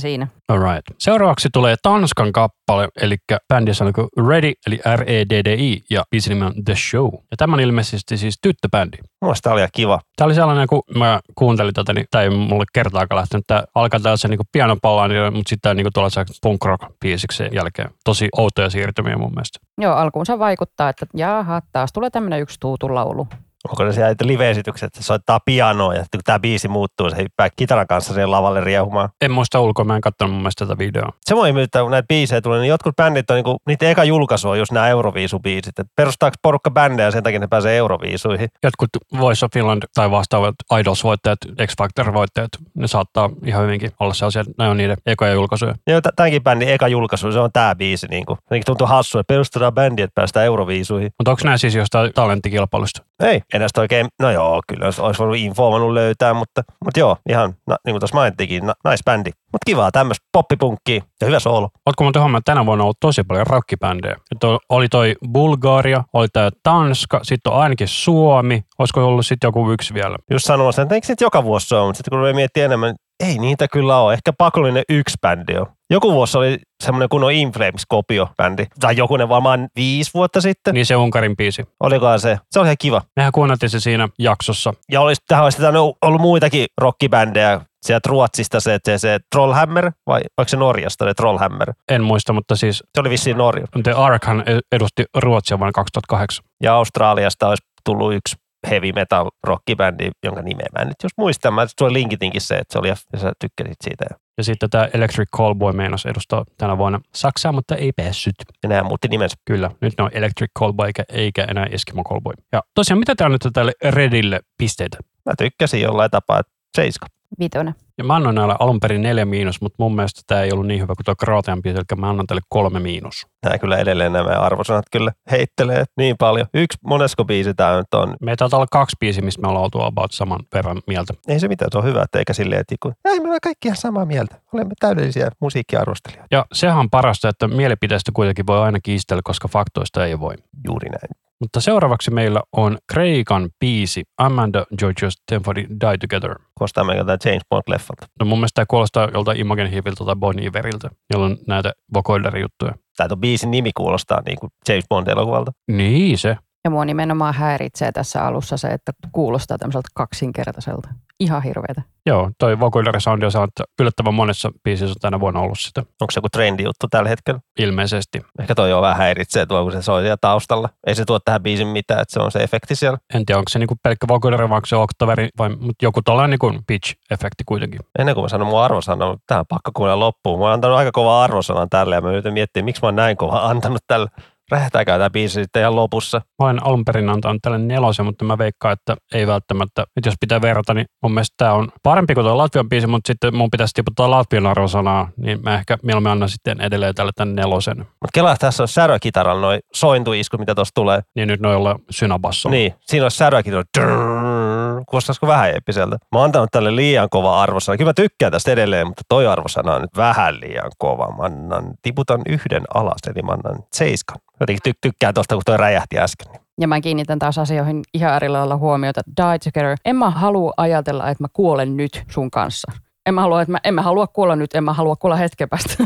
Alright. Seuraavaksi tulee Tanskan kappale, eli bändissä on Ready, eli R-E-D-D-I, ja biisin nimi on The Show. Ja tämä on ilmeisesti siis tyttöbändi. Mielestäni tämä oli ihan kiva. Tämä oli sellainen, kun mä kuuntelin tätä, niin tämä ei mulle kertaakaan lähtenyt. Tämä alkaa tällaisen niin pianopallaan, mutta sitten niin tuolla punk rock biisiksi sen jälkeen. Tosi outoja siirtymiä mun mielestä. Joo, alkuunsa vaikuttaa, että jaha, taas tulee tämmöinen yksi tuutulaulu. Onko ne siellä live-esitykset, että se soittaa pianoa ja sitten kun tämä biisi muuttuu, se hyppää kitaran kanssa siihen lavalle riehumaan. En muista ulkoa, mä en katsonut mun mielestä tätä videoa. Se voi myyttää, kun näitä biisejä tulee, niin jotkut bändit on niinku, niitä eka julkaisu on just nämä Euroviisubiisit. Et perustaako porukka bändejä sen takia ne pääsee Euroviisuihin? Jotkut Voice of Finland tai vastaavat Idols-voittajat, X-Factor-voittajat, ne saattaa ihan hyvinkin olla sellaisia, ne on niiden ekoja julkaisuja. Joo, tämänkin bändin eka julkaisu, se on tämä biisi. Niinku. Tuntuu hassua, että perustetaan bändi, että päästään Euroviisuihin. Mutta onko nämä siis jostain talenttikilpailusta? Ei, enää oikein, no joo, kyllä olisi voinut infoa löytää, mutta joo, ihan niin kuin tuossa mainittikin, nice bändi. Mutta kivaa tämmöistä poppipunkkia ja hyvä soolo. Ootko muuten huomannut, että tänä vuonna on ollut tosi paljon rockibändejä? Oli toi Bulgaria, oli tää Tanska, sitten on ainakin Suomi. Olisiko ollut sitten joku yksi vielä? Just sanomassa, että eikö sitten joka vuosi ole, mutta sitten kun me miettii enemmän, ei niitä kyllä ole. Ehkä pakollinen yksi bändi on. Joku vuosi oli semmoinen kunnon In Flames-kopio-bändi. Tai jokunen varmaan 5 vuotta sitten. Niin se Unkarin biisi. Olikohan se? Se oli ihan kiva. Mehän kuunneltiin se siinä jaksossa. Ja tähän olisi ollut muitakin rockibändejä. Sieltä Ruotsista se Trollhammer, vai oliko se Norjasta se Trollhammer? En muista, mutta siis... Se oli vissiin Norja. The Arkhan edusti Ruotsia vuonna 2008. Ja Australiasta olisi tullut yksi heavy metal rockibändi, jonka nimeä mä en nyt jos muistan. Mä sulle linkitinkin se, että se oli ja sä tykkäsit siitä. Ja sitten tämä Electric Callboy meinasi edustaa tänä vuonna Saksaa, mutta ei päässyt. Ja nämä muutti nimensä. Kyllä, nyt ne on Electric Callboy eikä enää Eskimo Callboy. Ja tosiaan, mitä tää on nyt tälle Redille pisteitä? Mä tykkäsin jollain tapaa, että 7. 5. Ja mä annoin näillä alun perin 4 miinus, mutta mun mielestä tämä ei ollut niin hyvä kuin tuo Kroatian biisi, eli mä annan tälle 3 miinus. Nämä kyllä edelleen nämä arvosanat kyllä heittelee niin paljon. Monesko biisi tämä nyt on? Meitä taitaa olla 2 biisiä, mistä me ollaan oltu about saman verran mieltä. Ei se mitään, se on hyvä, että eikä silleen, että ei me ollaan kaikki ihan samaa mieltä. Olemme täydellisiä musiikkiarvostelijoita. Ja sehän on parasta, että mielipiteestä kuitenkin voi aina kiistellä, koska faktoista ei voi. Juuri näin. Mutta seuraavaksi meillä on Kreikan biisi Amanda Georgios Tenford Die Together. Kuulostaa meidän jotain James Bond-leffalta. No mun mielestä tämä kuulostaa joltain Imogen Heaviltä tai Bon Iveriltä, jolla on näitä vocoder-juttuja. Tai tuon biisin nimi kuulostaa niin kuin James Bond-elokuvalta. Niin se. Ja mua nimenomaan häiritsee tässä alussa se, että kuulostaa tämmöiseltä kaksinkertaiselta. Ihan hirveetä. Joo, toi vocoder-soundi on yllättävän monessa biisissä on tänä vuonna ollut sitä. Onko se joku trendi-juttu tällä hetkellä? Ilmeisesti. Ehkä toi jo vähän häiritsee tuo, kun se soi siellä taustalla. Ei se tuo tähän biisin mitään, että se on se efekti siellä. En tiedä, onko se niinku pelkkä vocoder vai onko se oktaveri, mutta joku tällainen niinku pitch-efekti kuitenkin. Ennen kuin mä sanon mun arvosanan, tämä on pakko kuunnella loppuun. Mä oon antanut aika kova arvosanan tälle ja mä yritän miettiä, miksi mä oon näin kova antanut tälle. Räjähtääkää tämä biisi sitten ihan lopussa. Mä olen alun perin antanut tälle 4, mutta mä veikkaan, että ei välttämättä. Että jos pitää verrata, niin mun mielestä tämä on parempi kuin tuo Latvian biisi, mutta sitten mun pitäisi tiputtaa Latvian arvosanaa, niin mä ehkä mieluummin annan sitten edelleen tälle tämän 4. Mutta kelaa, tässä on särökitaralla noi sointuiskut, mitä tuossa tulee. Niin nyt noilla synabassolla. Niin, siinä olisi särökitaralla. Kuulostaisiko vähän eeppiseltä? Mä oon antanut tälle liian kova arvosana. Kyllä mä tykkään tästä edelleen, mutta toi arvosana on nyt vähän liian kova. Tiputan 1 alas, eli mä annan 7. Jotenkin tykkää tuosta, kun toi räjähti äsken. Ja mä kiinnitän taas asioihin ihan eri lailla huomiota. Die Together. En mä halua ajatella, että mä kuolen nyt sun kanssa. En mä halua kuolla nyt, en mä halua kuolla hetken päästä.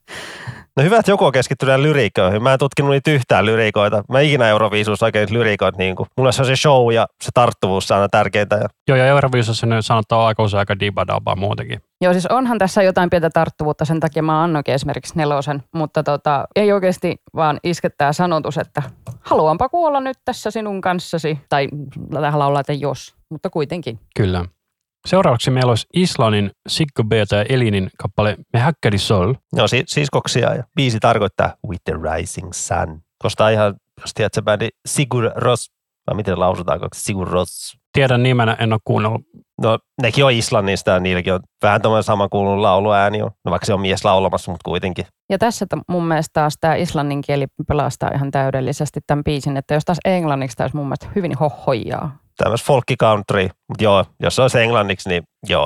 No hyvä, että joku on keskittynyt lyriikoihin. Mä en tutkinut niitä yhtään lyriikoita. Mä ikinä Euroviisussa oikein lyriikoita. Niin mulle se on se show ja se tarttuvuus aina tärkeintä. Joo, ja Euroviisussa ne sanottaa aika usein aika dibadabaa muutenkin. Joo, siis onhan tässä jotain pientä tarttuvuutta, sen takia mä annoinkin esimerkiksi 4, mutta ei oikeasti vaan iskettää sanotus, että haluanpa kuolla nyt tässä sinun kanssasi. Tai tähän laulaa, että jos, mutta kuitenkin. Kyllä. Seuraavaksi meillä olisi Islannin Siggo Beata ja Elinin kappale Me Häkkäri Sol. Ne on siskoksia ja biisi tarkoittaa With the Rising Sun. Kostaa ihan, jos tiedät se bändi Sigur Rós, vai miten lausutaan, Sigur Rós. Tiedän nimenä, en ole kuunnellut. No nekin on Islannista ja niilläkin on vähän tämmöinen samankuulunut lauluääni. No vaikka se on mies laulamassa, mutta kuitenkin. Ja tässä mun mielestä taas tämä islannin kieli pelastaa ihan täydellisesti tämän biisin, että jos taas englanniksi taas mun mielestä hyvin hohojaa. Tämmöistä folkki country, mutta joo, jos se olisi englanniksi, niin joo ei.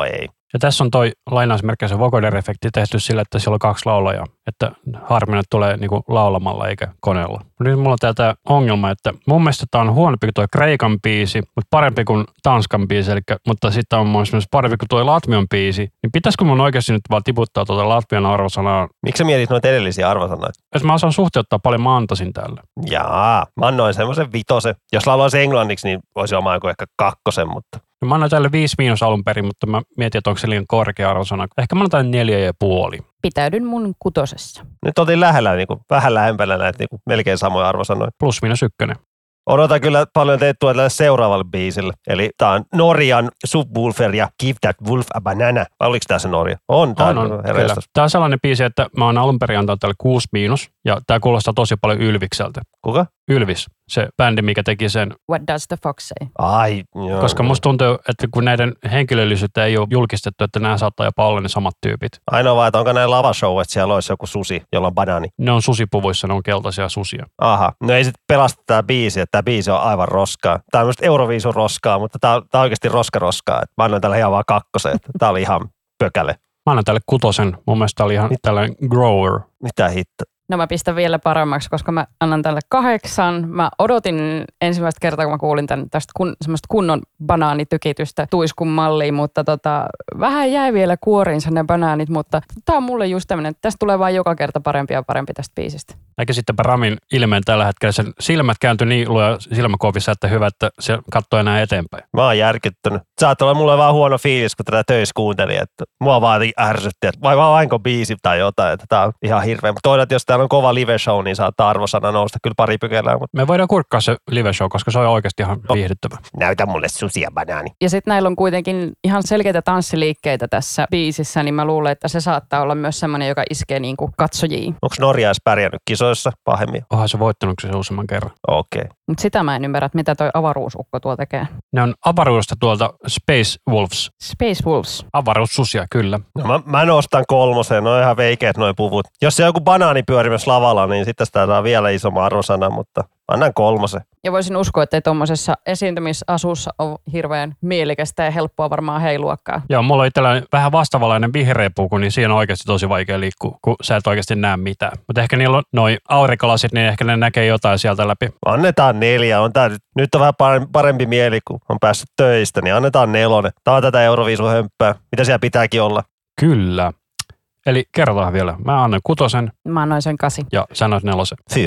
Ja tässä on toi lainausmerkeissä vocoder-efekti tehty sillä, että siellä on 2 laulajaa. Että harmina tulee niinku laulamalla eikä koneella. Nyt mulla on tää ongelma, että mun mielestä tää on huonompi kuin toi Kreikan biisi, mutta parempi kuin Tanskan biisi, mutta sitten on myös parempi kuin toi Latvian biisi. Niin pitäisikö mun oikeasti nyt vaan tiputtaa tuota Latvian arvosanaa? Miksi sä mietit noita edellisiä arvosanoja? Jos mä osaan suhteuttaa paljon, mä antaisin tälle. Jaa, mä annoin semmoisen 5. Jos lauloisi englanniksi, niin voisi olla joku ehkä 2, mutta... Mä annan tälle 5- alun perin, mutta mä mietin, että onko se liian korkea arvosana. Ehkä mä annan tälle 4,5. Pitäydyn mun 6. Nyt oltiin lähellä, niin kuin, vähän lähempänä näitä niin kuin, melkein samoja arvosanoja. +/-1. Odotan kyllä paljon teettua tälle seuraavalle biisille. Eli tää on Norjan Subwoolfer ja Give That Wolf a Banana. Vai oliko tää se Norja? On. Kyllä. Tää on sellainen biisi, että mä oon alun perin antanut tälle 6-, ja tää kuulostaa tosi paljon Ylvikseltä. Kuka? Ylvis, se bändi, mikä teki sen. What does the fox say? Ai, joo. Koska musta tuntuu, että kun näiden henkilöllisyyttä ei ole julkistettu, että nämä saattaa jopa olla ne samat tyypit. Ainoa vaan, että onko näin lavashow, että siellä olisi joku susi, jolla on banaani. Ne on susipuvuissa, ne on keltaisia susia. Aha, no ei sitten pelasta tää biisi, että tää biisi on aivan roskaa. Tää on myös Euroviisun roskaa, mutta tää on oikeasti roskaa. Mä annan tällä ihan vaan 2, että tää oli ihan pökäle. Mä annan tälle 6, mun mielestä tää oli ihan tällainen grower. Mitä hitto? No mä pistän vielä paremmaksi, koska mä annan tälle 8. Mä odotin ensimmäistä kertaa, kun mä kuulin tästä semmoista kunnon banaanitykitystä tuiskun malliin, mutta vähän jäi vielä kuoriinsa ne banaanit, mutta tää on mulle just tämmönen, että tästä tulee vaan joka kerta parempi ja parempi tästä biisistä. Eikä sittenpä Ramin ilmeen tällä hetkellä, sen silmät kääntyi niin luja silmäkoopissa, että hyvä, että se katsoo enää eteenpäin. Mä oon järkyttynyt. Saattaa olla mulle vaan huono fiilis, kun tätä töissä kuuntelin, että mua vaan ärsytti, että vai vainko biisi tai jotain, että tää on ihan hirveä. Mutta toinen, että jos täällä on kova live show, niin saattaa arvosana nousta kyllä pari pykälää. Mutta... Me voidaan kurkkaa se live show, koska se on oikeasti ihan viihdyttävä. Näytä mulle susia banaani. Ja sitten näillä on kuitenkin ihan selkeitä tanssiliikkeitä tässä biisissä, niin mä luulen, että se saattaa olla myös semmoinen, joka iskee niinku katsojiin. Onko Norja edes pärjännyt kisoissa pahemmin? Onhan se voittanut se useamman kerran. Okei. Okay. Mutta sitä mä en ymmärrä, että mitä toi avaruusukko tuo tekee. Ne on avaruudesta tuolta Space Wolves. Space Wolves. Avaruussusia, kyllä. No mä nostan 3, ne on ihan veikeät noi puvut. Jos se joku banaani pyörii myös lavalla, niin sitten sitä saa vielä isomman arvosana, mutta annan 3. Ja voisin uskoa, että ei tuommoisessa esiintymisasussa ole hirveän mielekästä ja helppoa varmaan heiluakaan. Joo, mulla on itsellä vähän vastavalainen vihreä puku, niin siinä on oikeasti tosi vaikea liikkua, kun sä et oikeasti näe mitään. Mutta ehkä niillä on noi aurinkolasit, niin ehkä ne näkee jotain sieltä läpi. Annetaan 4. On tää nyt on vähän parempi mieli, kun on päässyt töistä, niin annetaan 4. Tää on tätä Euroviisu-hömppää. Mitä siellä pitääkin olla? Kyllä. Eli kerrotaan vielä. Mä annan 6. Mä annoin sen 8. Ja sanoit 4.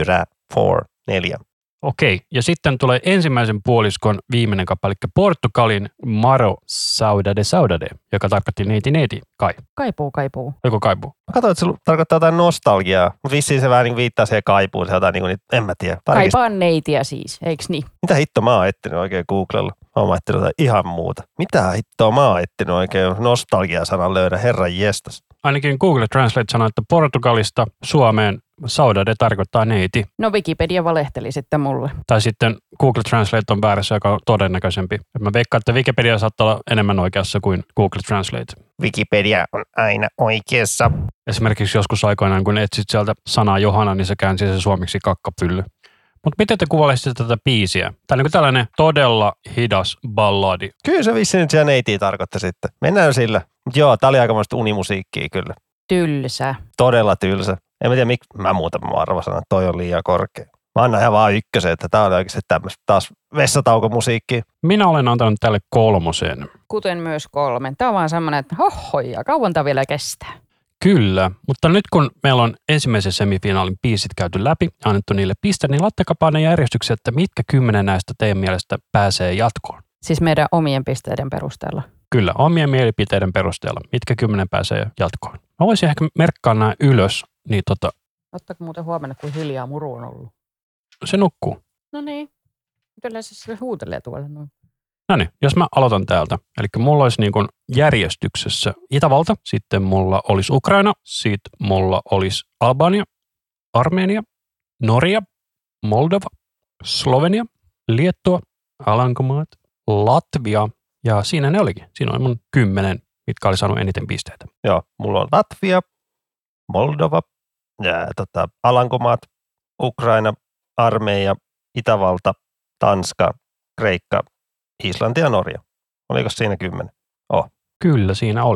4. Okei, ja sitten tulee ensimmäisen puoliskon viimeinen kappale, eli Portugalin Maro Saudade, joka tarkoitti neiti, kai. Kaipuu. Joko kaipuu? Mä katsoin, että se tarkoittaa jotain nostalgiaa, mutta vissiin se vähän niin viittaa siihen kaipuun, se jotain niin en mä tiedä. Kaipaan neitiä siis, eiks niin? Mitä hittoa mä oon etsinyt oikein Googlella? Mä oon etsinyt jotain ihan muuta. Mitä hittoa mä oon etsinyt oikein nostalgia-sanan löydä, herran jestas. Ainakin Google Translate sanoi, että Portugalista Suomeen Saudade tarkoittaa neiti. No Wikipedia valehteli sitten mulle. Tai sitten Google Translate on väärässä, joka on todennäköisempi. Mä veikkaan, että Wikipedia saattaa olla enemmän oikeassa kuin Google Translate. Wikipedia on aina oikeassa. Esimerkiksi joskus aikoinaan, kun etsit sieltä sanaa Johanna, niin se käänsi se suomeksi kakkapylly. Mutta miten te kuvailisitte tätä biisiä? Tämä on niin tällainen todella hidas balladi. Kyllä se vissiin nyt siellä neitiä tarkoittaa sitten. Mennään sillä. Joo, tää oli aikamoista unimusiikkia kyllä. Tylsä. Todella tylsä. En mä tiedä, mä muutama arvosanan, että toi on liian korkea. Mä annan ihan vaan 1, että tää on oikeasti tämmöistä taas vessataukomusiikkia. Minä olen antanut tälle 3. Kuten myös 3. Tää on vaan semmoinen, että hohoja, kauan tää vielä kestää. Kyllä, mutta nyt kun meillä on ensimmäisen semifinaalin biisit käyty läpi ja annettu niille piste, niin laittakaa ne järjestyksiä, että mitkä 10 näistä teidän mielestä pääsee jatkoon. Siis meidän omien pisteiden perusteella. Kyllä, omien mielipiteiden perusteella. Mitkä 10 pääsee jatkoon. Mä voisin ehkä merkkaa nämä ylös. Niin Ottaako muuten huomenna, kuin hiljaa muru on ollut? Se nukkuu. No niin. Yleensä se huutelee tuolla noin. No niin, jos mä aloitan täältä. Eli mulla olisi niin kuin järjestyksessä Itävalta, sitten mulla olisi Ukraina, sitten mulla olisi Albania, Armenia, Norja, Moldova, Slovenia, Liettua, Alankomaat, Latvia ja siinä ne olikin. Siinä oli mun 10, mitkä oli saanut eniten pisteitä. Joo, mulla on Latvia, Moldova, Alankomaat, Ukraina, Armeija, Itävalta, Tanska, Kreikka, Islanti ja Norja. Oliko siinä 10? Kyllä siinä oli.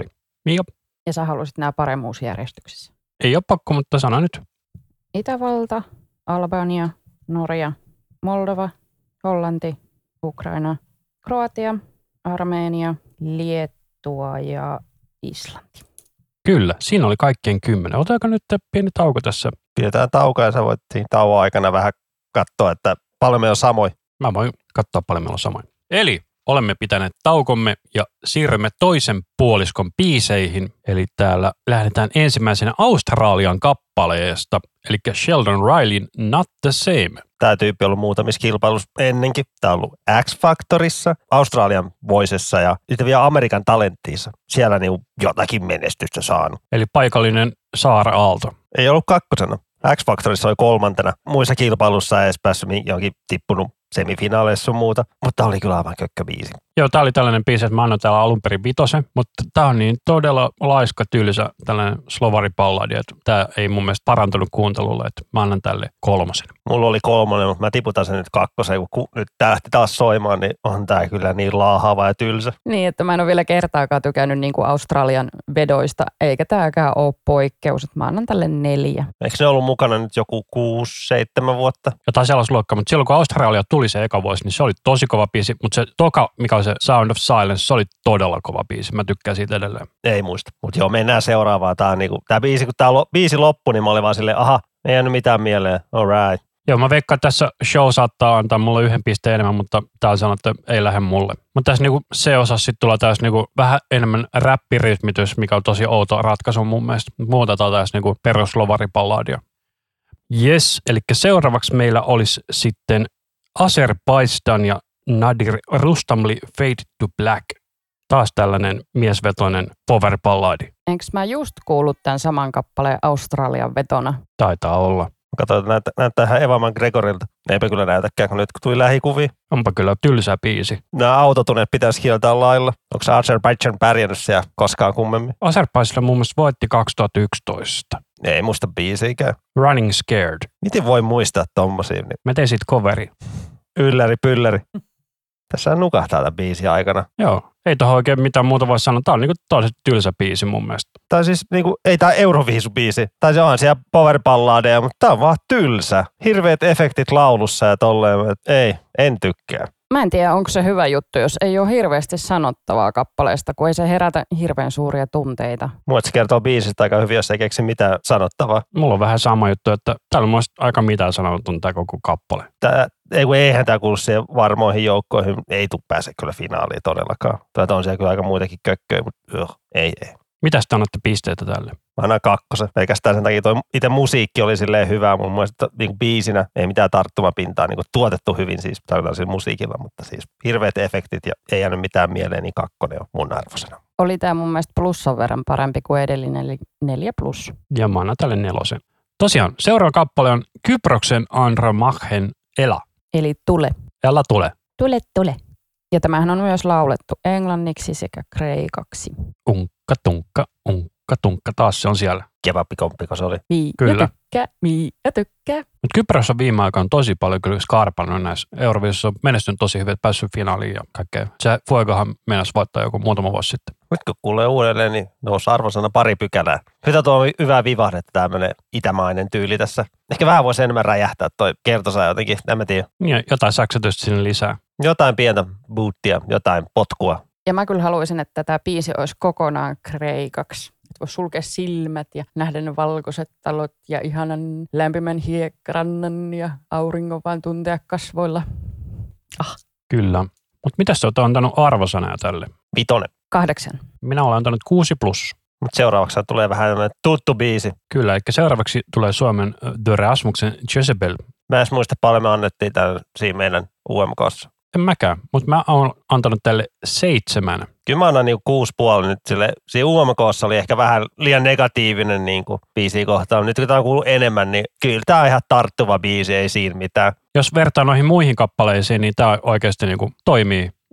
Jop. Ja sä halusit nämä paremmuusjärjestyksessä. Ei ole pakko, mutta sano nyt. Itävalta, Albania, Norja, Moldova, Hollanti, Ukraina, Kroatia, Armeenia, Liettua ja Islanti. Kyllä, siinä oli kaikkien 10. Otetaanko nyt pieni tauko tässä? Pidetään taukoa ja sä voit siinä tauon aikana vähän katsoa, että paljon me on samoin. Mä voin katsoa paljon meillä on samoin. Eli olemme pitäneet taukomme ja siirrymme toisen puoliskon biiseihin. Eli täällä lähdetään ensimmäisenä Australian kappaleesta, eli Sheldon Rileyn Not the Same. Tämä tyyppi on ollut muutamissa kilpailuissa ennenkin. Tämä on ollut X-Factorissa, Australian Voicessa ja sitten vielä Amerikan Talentissa. Siellä niin jotakin menestystä saanut. Eli paikallinen Saara Aalto. Ei ollut kakkosena. X-Factorissa oli 3. Muissa kilpailuissa ei edes päässyt johonkin tippunut semifinaaleissa sun muuta, mutta oli kyllä aivan kökköbiisi. Joo, tää oli tällainen biisi, että mä annan täällä alun perin 5, mutta tää on niin todella laiska, tylsä tällainen slovaripalladi, että tää ei mun mielestä parantunut kuuntelulle, että mä annan tälle 3. Mulla oli 3, mutta mä tiputan sen nyt 2, kun nyt tää lähti taas soimaan, niin on tää kyllä niin laahaava ja tylsä. Niin, että mä en ole vielä kertaakaan tykännyt niin kuin Australian vedoista, eikä tääkään ole poikkeus, että mä annan tälle 4. Eikö ne ollut mukana nyt joku 6-7 vuotta? Jotain sellaista luokkaa, mutta silloin kun Australia tuli se eka vuosi, niin se oli tosi kova biisi, mutta se toka, mikä on se Sound of Silence, se oli todella kova biisi. Mä tykkään siitä edelleen. Ei muista. Mutta joo, mennään seuraavaan. Tää on niinku, tää biisi, kun tää biisi loppui, niin mä olin vaan silleen, aha, ei jäänyt mitään mieleen. All right. Joo, mä veikkaan, että tässä show saattaa antaa mulle 1 pisteen enemmän, mutta tää sanoo, että ei lähde mulle. Mutta tässä niinku se osa sitten tulee tässä niinku vähän enemmän räppirytmitys, mikä on tosi outo ratkaisu mun mielestä. Muutetaan tässä niinku peruslovaripalladia. Yes, eli seuraavaksi meillä olisi sitten Azerbaijan ja Nadir Rustamli Fade to Black. Taas tällainen miesvetoinen power-balladi. Enkö mä just kuullut tämän saman kappaleen Australian vetona? Taitaa olla. Katsotaan, näyttää ihan Eva McGregorilta. Eipä kyllä näytäkään, kun nyt tuli lähikuviin. Onpa kyllä tylsä biisi. Nämä autotuneet pitäisi kieltää lailla. Onko Azerbaijan pärjännyt siellä koskaan kummemmin? Azerbaijan mun mielestä voitti 2011. Ei muista biisiikään. Running Scared. Miten voi muistaa tommosia? Mä tein siitä coveri. Ylläri pylläri. Tässä nukahtaa tämän biisin aikana. Joo, ei tohon oikein mitään muuta voi sanoa. Tää on niinku tosi tylsä biisi mun mielestä. Tai siis niinku, ei tää Euroviisu-biisi. Tai se onhan siellä power-balladeja, mutta tää on vaan tylsä. Hirveät efektit laulussa ja tolleen. Ei, en tykkää. Mä en tiedä, onko se hyvä juttu, jos ei ole hirveästi sanottavaa kappaleesta, kun ei se herätä hirveän suuria tunteita. Mulle se kertoo biisistä aika hyvin, jos ei keksi mitään sanottavaa. Mulla on vähän sama juttu, että täällä on mun mielestä aika mitään sanotun tää koko kappale. Eihän tää kuulu siihen varmoihin joukkoihin. Ei tule pääse kyllä finaaliin todellakaan. Tätä on siellä kyllä aika muitakin kökköjä, mutta ei. Mitäs te annatte pisteitä tälle? Mä annan 2. Pelkästään sen takia toi itse musiikki oli silleen hyvää. Mun mielestä niin biisinä ei mitään tarttumapintaa niin tuotettu hyvin siis tarkoitan musiikilla, mutta siis hirveät efektit ja ei jäänyt mitään mieleen, niin 2 on mun arvosana. Oli tää mun mielestä plussan verran parempi kuin edellinen, eli 4+. Ja mä annan tälle 4. Tosiaan, seuraava kappale on Kyproksen Andromachen Ela. Eli tule. Ela tule. Tule. Ja tämähän on myös laulettu englanniksi sekä kreikaksi. Unkka, tunkka, taas se on siellä. Kebappikomppiko se oli. Kyllä. Mia tykkää. Mutta Kypros on viime aikoina tosi paljon kyllä skarpannut näissä. Euroviisussa on menestynyt tosi hyvin, päässyt finaaliin ja kaikkea. Se Fuegohan meinasi voittaa joku muutama vuosi sitten. Nyt kun kuulee uudelleen, niin nousi arvosana 2 pykälää. Hyvä tuo hyvä vivahdetta tämmöinen itämainen tyyli tässä. Ehkä vähän voisi enemmän räjähtää toi kertosa jotenkin, en mä tiedä. Niin, jotain säksytystä sinne lisää. Jotain pientä boottia, jotain potkua. Ja mä kyllä haluaisin, että tämä biisi olisi kokonaan kreikaksi. Että voisi sulkea silmät ja nähdä ne valkoiset talot ja ihanan lämpimän hiekkarannan ja auringon vaan tuntea kasvoilla. Kyllä. Mutta mitä sä oot antanut arvosanoja tälle? 5. 8. Minä olen antanut 6+. Mutta seuraavaksi tulee vähän tuttu biisi. Kyllä, eli seuraavaksi tulee Suomen The Rasmuksen Jezebel. Mä en muista paljon, me annettiin tämän siinä meidän UMK:ssa. En mäkään, mutta mä oon antanut tälle 7. Kyllä mä annan niinku 6,5 nyt sille. Siinä UMK:ssa oli ehkä vähän liian negatiivinen niinku biisiä kohtaan. Nyt kun tää on kuullut enemmän, niin kyllä tää on ihan tarttuva biisi, ei siinä mitään. Jos vertaa noihin muihin kappaleisiin, niin tää oikeasti niinku toimii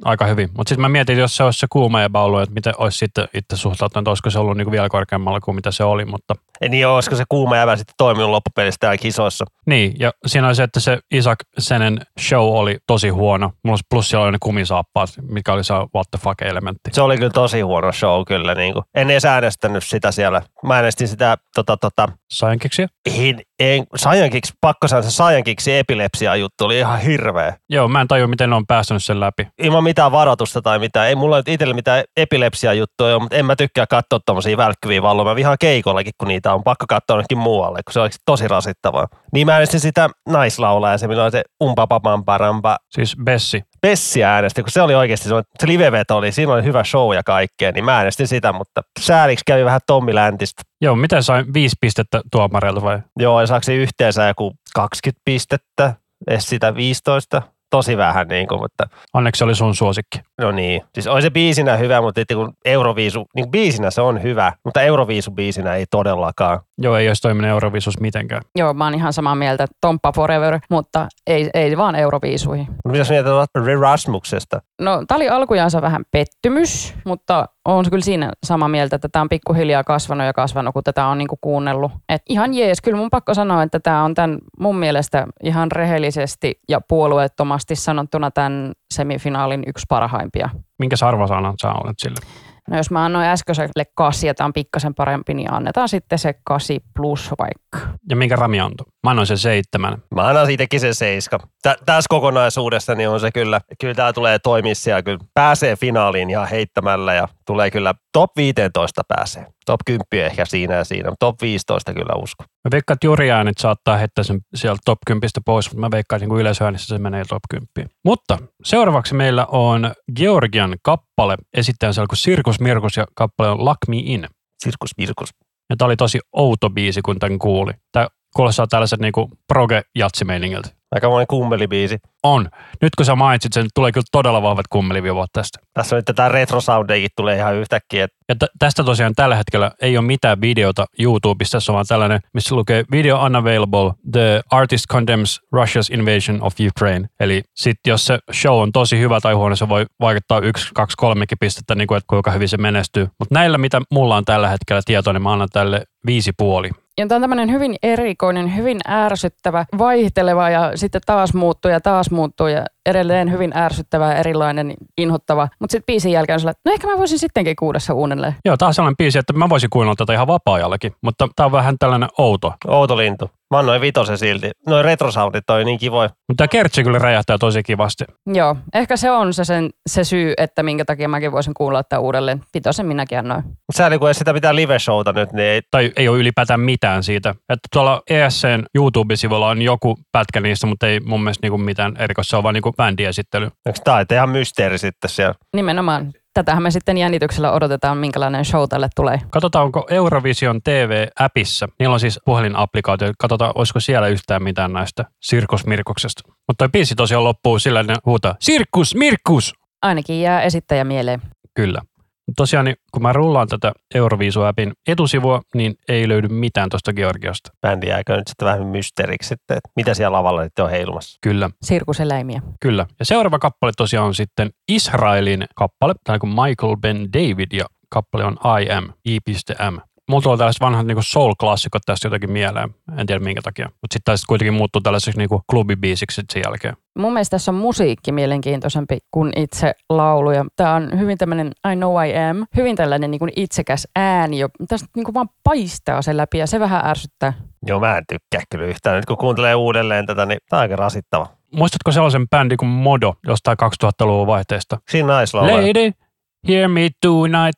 aika hyvin. Mutta sitten mä mietin, jos se olisi se kuuma epäollut, että miten olisi sitten itse suhtautunut, olisiko se ollut niinku vielä korkeammalla kuin mitä se oli. Mutta... Niin olisiko se kuuma jäbä sitten toiminut loppupelissä täällä kisoissa. Niin, ja siinä oli se, että se Isaac Senen show oli tosi huono. Plus siellä oli ne kumisaappaat, mikä oli se what the fuck -elementti. Se oli kyllä tosi huono show kyllä. Niin kuin. En edes äänestänyt sitä siellä. Mä äänestin sitä Saijankiksiä? Saijankiksi, pakko sanoa, se Saijankiksi epilepsia juttu oli ihan hirveä. Joo, mä en tajua, miten ne on päästänyt sen läpi. Ilman mitään varoitusta tai mitään. Ei mulla itsellä mitään epilepsia juttuja ole, mutta en mä tykkää katsoa tommosia välkkyviä valloja. Mä vihaan keikollakin, kun niitä on pakko katsoa jonnekin muualle, kun se olisi tosi rasittavaa. Niin mä äänestin sitä naislaulaa ja se millä oli se umpapampamparampa. Siis Bessi. Bessiä äänestin, kun se oli oikeasti se liveveto oli, siinä oli hyvä show ja kaikkea, niin mä äänestin sitä, mutta sääliksi kävi vähän Tommi Läntistä. Joo, miten sai 5 pistettä tuomareilta vai? Joo, ja saaksi yhteensä joku 20 pistettä, edes sitä 15. Tosi vähän niin kuin, mutta... Onneksi se oli sun suosikki. No niin. Siis oli se biisinä hyvä, mutta kun Euroviisu, niin biisinä se on hyvä, mutta Euroviisu-biisinä ei todellakaan. Joo, ei olisi toiminut Euroviisus mitenkään. Joo, mä oon ihan samaa mieltä, Tomppa forever, mutta ei vaan Euroviisuihin. Mitäs mieltä olet Rasmuksesta? No, tää oli alkujaansa vähän pettymys, mutta on kyllä siinä samaa mieltä, että tämä on pikkuhiljaa kasvanut, kun tätä on niinku kuunnellut. Et ihan jees, kyllä mun pakko sanoa, että tämä on tämän mun mielestä ihan rehellisesti ja puolueettomasti sanottuna tämän semifinaalin yksi parhaimpia. Minkä arvosanan sä olet sille? No jos mä annoin äskeiselle 8 ja tämä on pikkasen parempi, niin annetaan sitten se 8 plus vaikka. Ja minkä Rami antoi? Mä annoin sen 7. Mä annan siitäkin sen 7. Tässä kokonaisuudessa niin on se kyllä tää tulee toimia siellä, kyllä pääsee finaaliin ihan heittämällä ja tulee kyllä top 15 pääsee. Top 10 ehkä siinä ja siinä, mutta top 15 kyllä usko. Mä veikkaan, että juriäänit saattaa heittää sen sieltä top 10 pois, mutta mä veikkaan, että yleisöäänissä se menee top 10. Mutta seuraavaksi meillä on Georgian kappale, esittäjän siellä kuin Sirkus Mirkus ja kappale on Lock Me In. Sirkus Mirkus. Ja tää oli tosi outo biisi, kun tän kuuli. Tää kuulostaa tällaiset niinku proge-jatsimeiningiltä. Aika monen kummelibiisi. On. Nyt kun sä mainitsit sen, tulee kyllä todella vahvat kummelivivat tästä. Tässä on nyt tätä retrosoundiakin tulee ihan yhtäkkiä. Ja tästä tosiaan tällä hetkellä ei ole mitään videota YouTubessa, tässä on vaan tällainen, missä lukee Video unavailable, the artist condemns Russia's invasion of Ukraine. Eli sitten jos se show on tosi hyvä tai huono, se voi vaikuttaa 1, 2, 3 pistettä, niin kuin, että kuinka hyvin se menestyy. Mutta näillä, mitä mulla on tällä hetkellä tietoa, niin mä annan tälle 5,5. Ja tämä on tämmöinen hyvin erikoinen, hyvin ärsyttävä, vaihteleva ja sitten taas muuttuu ja edelleen hyvin ärsyttävä ja erilainen, inhottava. Mutta sitten biisin jälkeen on sellainen, no ehkä mä voisin sittenkin kuudessa uudelleen. Joo, tää on sellainen biisi, että mä voisin kuunnella tätä ihan vapaa-ajallakin, mutta tää on vähän tällainen outo. Outo lintu. Mä annoin 5 silti. Noi retrosoundit on niin kivoja. Mutta tää kertsi kyllä räjähtää tosi kivasti. Joo, ehkä se on se syy, että minkä takia mäkin voisin kuulla tätä uudelleen. 5 minäkin annoin. Sääli, kun ei sitä mitään live-showta nyt, niin ei... Tai ei ole ylipäätään mitään siitä. Että tuolla ESCn YouTube-sivulla on joku pätkä niistä, mutta ei mun mielestä niinku mitään erikoista. Se on vaan niinku bändiesittely. Onko tää ihan mysteeri sitten siellä? Nimenomaan. Tätähän me sitten jännityksellä odotetaan, minkälainen show tälle tulee. Katsotaan, onko Eurovision TV-appissa. Niillä on siis puhelinapplikaatio. Katsotaan, olisiko siellä yhtään mitään näistä Sirkus-Mirkuksesta. Mutta toi biisi tosiaan loppuu sillä, että ne huutaa Sirkus, Mirkus! Ainakin jää esittäjä mieleen. Kyllä. Tosiaan, niin kun mä rullaan tätä Eurovisu-appin etusivua, niin ei löydy mitään tuosta Georgiasta. Bändi jääkö nyt sitten vähän mysteeriksi, että mitä siellä lavalla sitten on heilumassa. Kyllä. Sirkuseläimiä. Kyllä. Ja seuraava kappale tosiaan on sitten Israelin kappale, tai kuin Michael Ben David, ja kappale on I Am, I.M. Mulla tulee tällaiset vanhat niin soul-klassikot tästä jotenkin mieleen. En tiedä minkä takia. Mutta sitten tästä kuitenkin muuttuu tällaiseksi niin klubibiisiksi sen jälkeen. Mun mielestä tässä on musiikki mielenkiintoisempi kuin itse laulu. Ja tää on hyvin tämmöinen I know I am. Hyvin tällainen niin kuin itsekäs ääni. Tästä niin kuin vaan paistaa sen läpi ja se vähän ärsyttää. Joo, mä en tykkää kyllä yhtään. Nyt kun kuuntelee uudelleen tätä, niin tää on aika rasittava. Muistatko sellaisen bändi kuin Modo jostain 2000-luvun vaihteesta? Siinä naislaulaa. Lady, hear me tonight.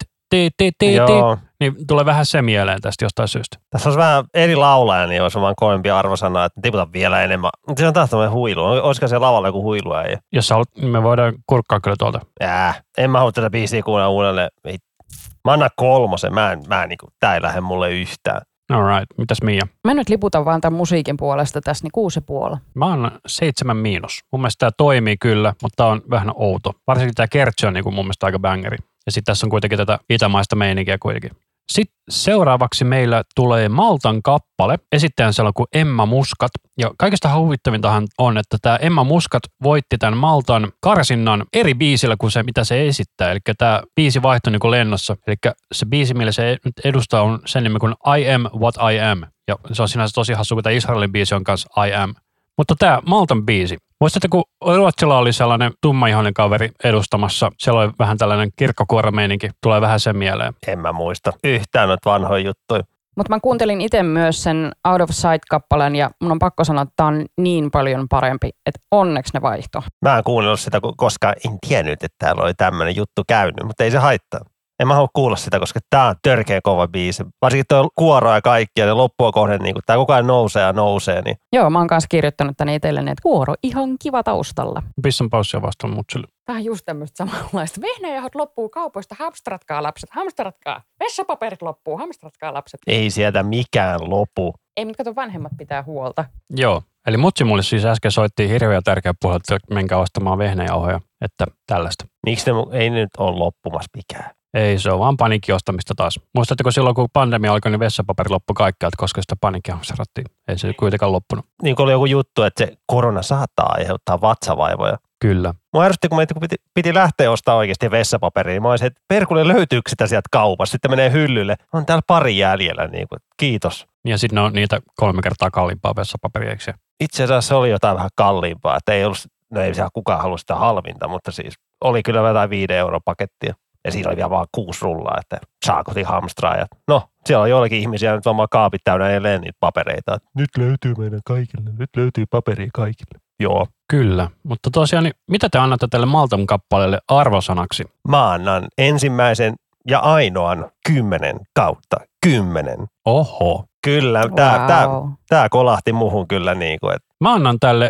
Joo. Niin tulee vähän se mieleen tästä jostain syystä. Tässä olisi vähän eri laulaja, niin olisi vaan kovempi arvosana, että tiputa vielä enemmän. Mutta se on taas tämmöinen huilu. Olisiko se lavalla joku huiluäijä? Jos sä haluat, me voidaan kurkkaa kyllä tuolta. En mä halua tätä biisiä kuunnella uudelleen. Mä annan 3. Tää ei lähde mulle yhtään. Alright, mitäs Mia? Mä nyt liputan vaan tämän musiikin puolesta tässä, niin 6,5. Mä annan 7 miinus. Mun mielestä tää toimii kyllä, mutta tää on vähän outo. Varsinkin tää kertsi on niin mun mielestä aika bangeri. Ja sitten tässä on kuitenkin tätä itämaista meininkiä kuitenkin. Sitten seuraavaksi meillä tulee Maltan kappale. Esittäjän siellä kuin Emma Muscat. Ja kaikista huvittavintahan on, että tämä Emma Muscat voitti tämän Maltan karsinnan eri biisillä kuin se, mitä se esittää. Eli tämä biisi vaihtoi niin kuin lennossa. Eli se biisi, millä se nyt edustaa, on sen nimi kuin I am what I am. Ja se on sinänsä tosi hassu, kun tämä Israelin biisi on kanssa I am. Mutta tämä Maltan biisi. Muistatteko, kun Ruotsilla oli sellainen tummaihoinen kaveri edustamassa, siellä oli vähän tällainen kirkkokuoromeininki, tulee vähän sen mieleen. En mä muista yhtään noita vanhoja juttuja. Mutta mä kuuntelin itse myös sen Out of Sight-kappaleen ja mun on pakko sanoa, että tää on niin paljon parempi, että onneksi ne vaihto. Mä en kuunnellut sitä, koska en tiennyt, että täällä oli tämmöinen juttu käynyt, mutta ei se haittaa. En mä halua kuulla sitä, koska tää on törkeä kova biisi. Varsinkin tuo kuoro ja kaikki ja loppua kohden, niin tää koko ajan nousee ja nousee. Niin. Joo, mä oon kanssa kirjoittanut tänne itselleni, että kuoro ihan kiva taustalla. Pissan paussia vastaan mutsille. Tämä on just tämmöistä samanlaista. Vehnäjauhot loppuu kaupoista, hamstratkaa lapset, hamstratkaa. Vessapaperit loppuu, hamstratkaa lapset. Ei sieltä mikään lopu. Ei, mutta kato, vanhemmat pitää huolta. Joo, eli mutsi mulle siis äsken soitti hirveän tärkeä puolella, että menkää ostamaan vehnäjauhoja, että tällaista. Miksi ne ei nyt ole loppumassa mikään? Ei, se on vaan paniikin ostamista taas. Muistatteko silloin, kun pandemia alkoi, niin vessapaperi loppui kaikkialta, koska sitä paniikkia hamstrattiin. Ei se kuitenkaan loppunut. Niin kuin oli joku juttu, että se korona saattaa aiheuttaa vatsavaivoja. Kyllä. Mua ärsytti, kun piti lähteä ostamaan oikeasti vessapaperia. Mä olisin, että perkulle löytyykö sitä sieltä kaupassa. Sitten menee hyllylle. On täällä pari jäljellä. Niin kuin, kiitos. Ja sitten on niitä 3 kertaa kalliimpaa vessapaperia, eikö se? Itse asiassa se oli jotain vähän kalliimpaa. Että ei ollut, no ei siellä kukaan halua sitä halvinta, mutta siis oli kyllä jotain 5 € pakettia. Ja siinä oli vielä vaan 6 rullaa, että saa kotiin hamstraa. Ja no, siellä on joillekin ihmisiä nyt vaan kaapit täynnä edelleen niitä papereita. Nyt löytyy meidän kaikille. Nyt löytyy paperia kaikille. Joo. Kyllä, mutta tosiaan, niin mitä te annatte tälle Maltan kappaleelle arvosanaksi? Mä annan ensimmäisen ja ainoan 10/10. Oho. Kyllä, tää kolahti muhun kyllä niin kuin, että. Mä annan tälle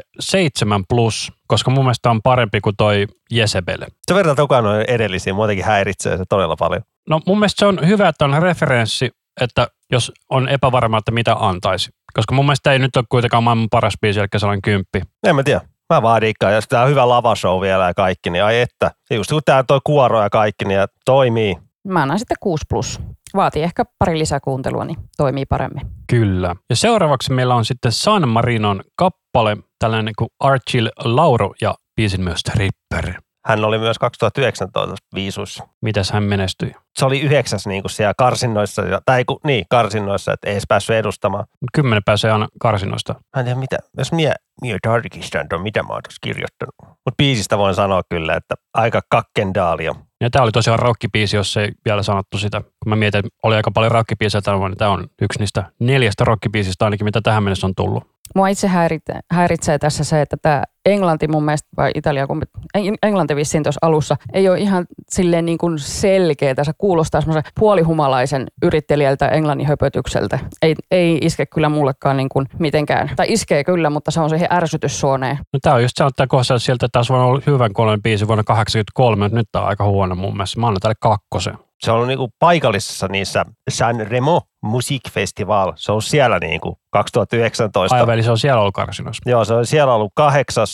7+, koska mun mielestä on parempi kuin toi Jezebel. Se verran tokaan noin edellisiin, muutenkin häiritsee se todella paljon. No mun mielestä se on hyvä, että on referenssi, että jos on epävarma, että mitä antaisi. Koska mun mielestä ei nyt ole kuitenkaan maailman paras biisi, eli sellainen 10. En mä tiedä. Mä vaan diikkaan. Ja sitten tää on hyvä lavashow vielä ja kaikki, niin ai että. Just kun tää toi kuoro ja kaikki, niin ja toimii. Mä annan sitten 6+. Vaatii ehkä pari lisäkuuntelua, niin toimii paremmin. Kyllä. Ja seuraavaksi meillä on sitten San Marinon kappale, tällainen kuin Archil Lauro ja biisin myös Stripper. Hän oli myös 2019 viisuissa. Mitäs hän menestyi? Se oli 9 niin kuin siellä karsinnoissa, karsinnoissa, että ei edes päässyt edustamaan. 10 pääsee aina karsinnoista. Mä en tiedä mitä, jos mie tarkistan, mitä mä oon tuossa kirjoittanut. Mutta biisistä voin sanoa kyllä, että aika kakkendaalia. Ja tämä oli tosiaan rockibiisi, jos ei vielä sanottu sitä. Kun mä mietin, että oli aika paljon rockibiisejä, niin tämä on yksi niistä 4 rockibiisistä ainakin, mitä tähän mennessä on tullut. Mua itse häiritsee tässä se, että tämä englanti mun mielestä, vai Italia, englanti vissiin tuossa alussa, ei ole ihan silleen niin kuin selkeä. Se kuulostaa semmoisen puolihumalaisen yrittelijältä englannin höpötykseltä. Ei iske kyllä mullekaan niin kuin mitenkään. Tai iskee kyllä, mutta se on siihen ärsytyssuoneen. No tämä on just se, että kohta sieltä, että tässä on ollut hyvän kolmen biisi vuonna 1983, mutta nyt tämä on aika huono mun mielestä. Mä annan tälle 2. Se on ollut niinku paikallisessa niissä San Remo Music Festival. Se on siellä niinku 2019. Eli se on siellä ollut karsinoissa. Joo, se on siellä ollut 8.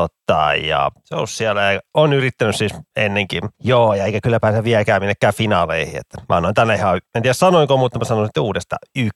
Ja se on siellä, on yrittänyt siis ennenkin. Joo, ja eikä kyllä pääse vieläkään minnekään finaaleihin. Että mä annoin tänne ihan, en tiedä sanoinko, mutta mä sanoin sitten uudestaan 1.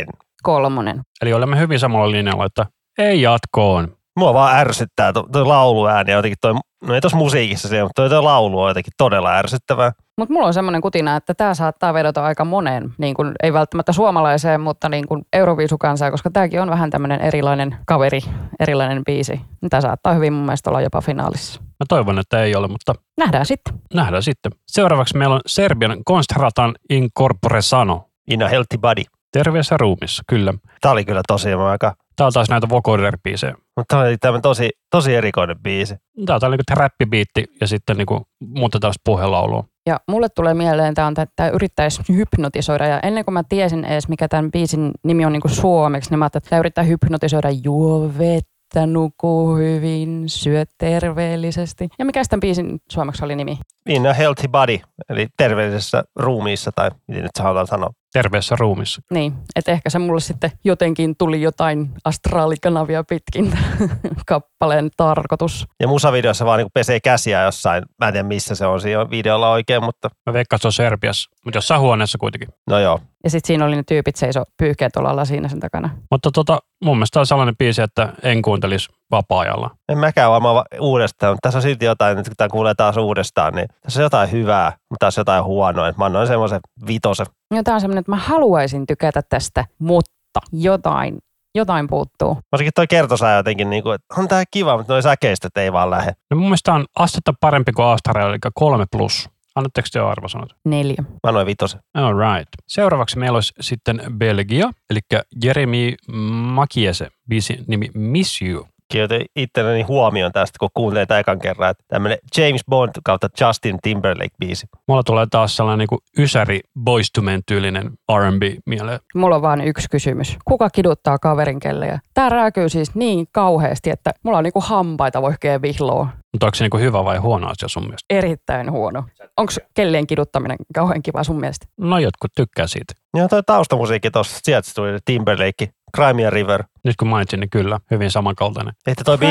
3. Eli olemme hyvin samalla linjalla, että ei jatkoon. Mua vaan ärsyttää toi lauluääni ja jotenkin no ei tossa musiikissa se, mutta toi laulu on jotenkin todella ärsyttävää. Mutta mulla on semmoinen kutina, että tämä saattaa vedota aika moneen, niin kun, ei välttämättä suomalaiseen, mutta niin kun Euroviisukansaan, koska tämäkin on vähän tämmöinen erilainen kaveri, erilainen biisi. Tämä saattaa hyvin mun mielestä olla jopa finaalissa. Mä toivon, että ei ole, mutta nähdään sitten. Nähdään sitten. Seuraavaksi meillä on Serbian Konstratan in corpore sano. In a healthy body. Terveessä ruumissa, kyllä. Tämä oli kyllä tosi aika. Tämä on taas näitä vocoder-biisejä. Mutta tämä oli tämmöinen tosi erikoinen biisi. Tämä on niinku trappibiitti ja sitten niinku muuta tällaista puhelaulua. Ja mulle tulee mieleen, että tämä yrittäisi hypnotisoida. Ja ennen kuin mä tiesin edes, mikä tämän biisin nimi on niinku suomeksi, niin mä ajattelin, että tämä yrittää hypnotisoida juo vettä, nuku hyvin, syö terveellisesti. Ja mikä tämän biisin suomeksi oli nimi? In a healthy body, eli terveellisessä ruumiissa, tai miten nyt se halutaan sanoa. Terveessä ruumissa. Niin, että ehkä se mulle sitten jotenkin tuli jotain astraalikanavia pitkin kappaleen tarkoitus. Ja musavideossa vaan niin pesee käsiä jossain. Mä en tiedä missä se on siinä videolla oikein, mutta... Mä veikkaan, että se on Serbiassa, mutta jossain huoneessa kuitenkin. No joo. Ja sitten siinä oli ne tyypit seiso pyyhkeet olalla siinä sen takana. Mutta mun mielestä on sellainen biisi, että en kuuntelisi vapaa-ajalla. En mäkään varmaan uudestaan, mutta tässä on silti jotain, nyt kun tämä kuulee taas uudestaan, niin tässä on jotain hyvää, mutta taas jotain huonoa. Mä annoin semmoisen vitosen. Tämä on semmoinen, että mä haluaisin tykätä tästä, mutta jotain puuttuu. Varsinkin toi kertosaa jotenkin, niin kuin, että on tää kiva, mutta noi säkeistöt ei vaan lähde. No mun mielestä on astetta parempi kuin Australia, eli 3+. Annatteko te jo arvosanat? 4. Mä annoin vitosen. All right. Seuraavaksi meillä olisi sitten Belgia, eli Jeremy Makiese, biisin nimi Miss You. Kirjoitin itselleni huomioon tästä, kun kuuntelin tämän ekan kerran, että tämmöinen James Bond kautta Justin Timberlake-biisi. Mulla tulee taas sellainen niin kuin ysäri Boyz II Men tyylinen R&B mieleen. Mulla on vaan yksi kysymys. Kuka kiduttaa kaverin kellejä? Tää rääkyy siis niin kauheasti, että mulla on niinku hampaita voihkeen vihloa. Mutta onko se niin kuin hyvä vai huono asia sun mielestä? Erittäin huono. Onko kellien kiduttaminen kauhean kiva sun mielestä? No jotkut tykkää siitä. Joo, toi taustamusiikki tuossa, sieltä tuli Timberlake, Crimea River. Nyt kun mainitsin, niin kyllä, hyvin samankaltainen. Että toi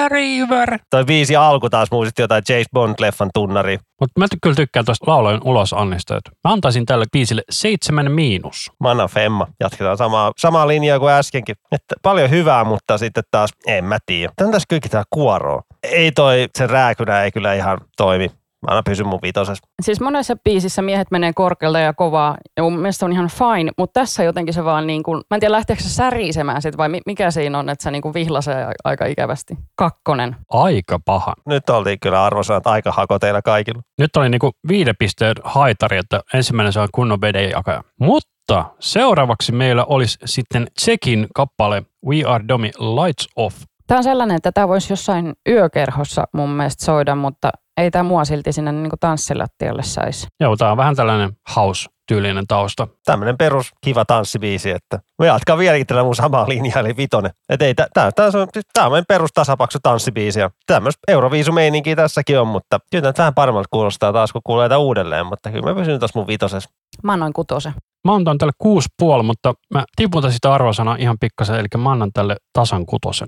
biisi alku taas muusitti jotain James Bond-leffan tunnari. Mutta mä kyllä tykkään tuosta laulojen ulos Annista. Mä antaisin tälle biisille 7-. Mä annan femma. Jatketaan samaa linjaa kuin äskenkin. Että paljon hyvää, mutta sitten taas en mä tiedä. Tän tässä kyllä tää kuoroo. Ei se rääkynä ei kyllä ihan toimi. Mä aina pysyn mun vitosessa. Siis monessa biisissä miehet menee korkealta ja kovaa, ja mun mielestä on ihan fine, mutta tässä jotenkin se vaan niin kuin, mä en tiedä lähteekö se särisemään sit vai mikä siinä on, että se niin kuin vihlasee aika ikävästi. 2. Aika paha. Nyt oltiin kyllä arvosanat aika hakoteilla kaikilla. Nyt oli niinku 5 pisteen haitari, että ensimmäinen saa kunnon vedenjakaja. Mutta seuraavaksi meillä olisi sitten Tsekin kappale We Are Domi Lights Off. Tämä on sellainen, että tämä voisi jossain yökerhossa mun mielestä soida, mutta ei tämä mua silti sinne niin kuin tanssilattialle saisi. Joo, tämä on vähän tällainen house-tyylinen tausta. Tämmöinen perus kiva tanssibiisi, että me jatkaa vieläkin tällä mun samaa linjaa, eli vitonen. Että ei, tää on meidän perus tasapaksu tanssibiisi ja tämmöistä Euroviisumeininkiä tässäkin on, mutta kyllä tämä vähän paremmalta kuulostaa taas, kun kuulee tätä uudelleen, mutta kyllä mä pysyn tuossa mun vitosessa. Mä annoin 6. Mä annan tälle 6,5, mutta mä tiputan sitä arvosanaa ihan pikkasen, eli mä annan tälle tasan 6.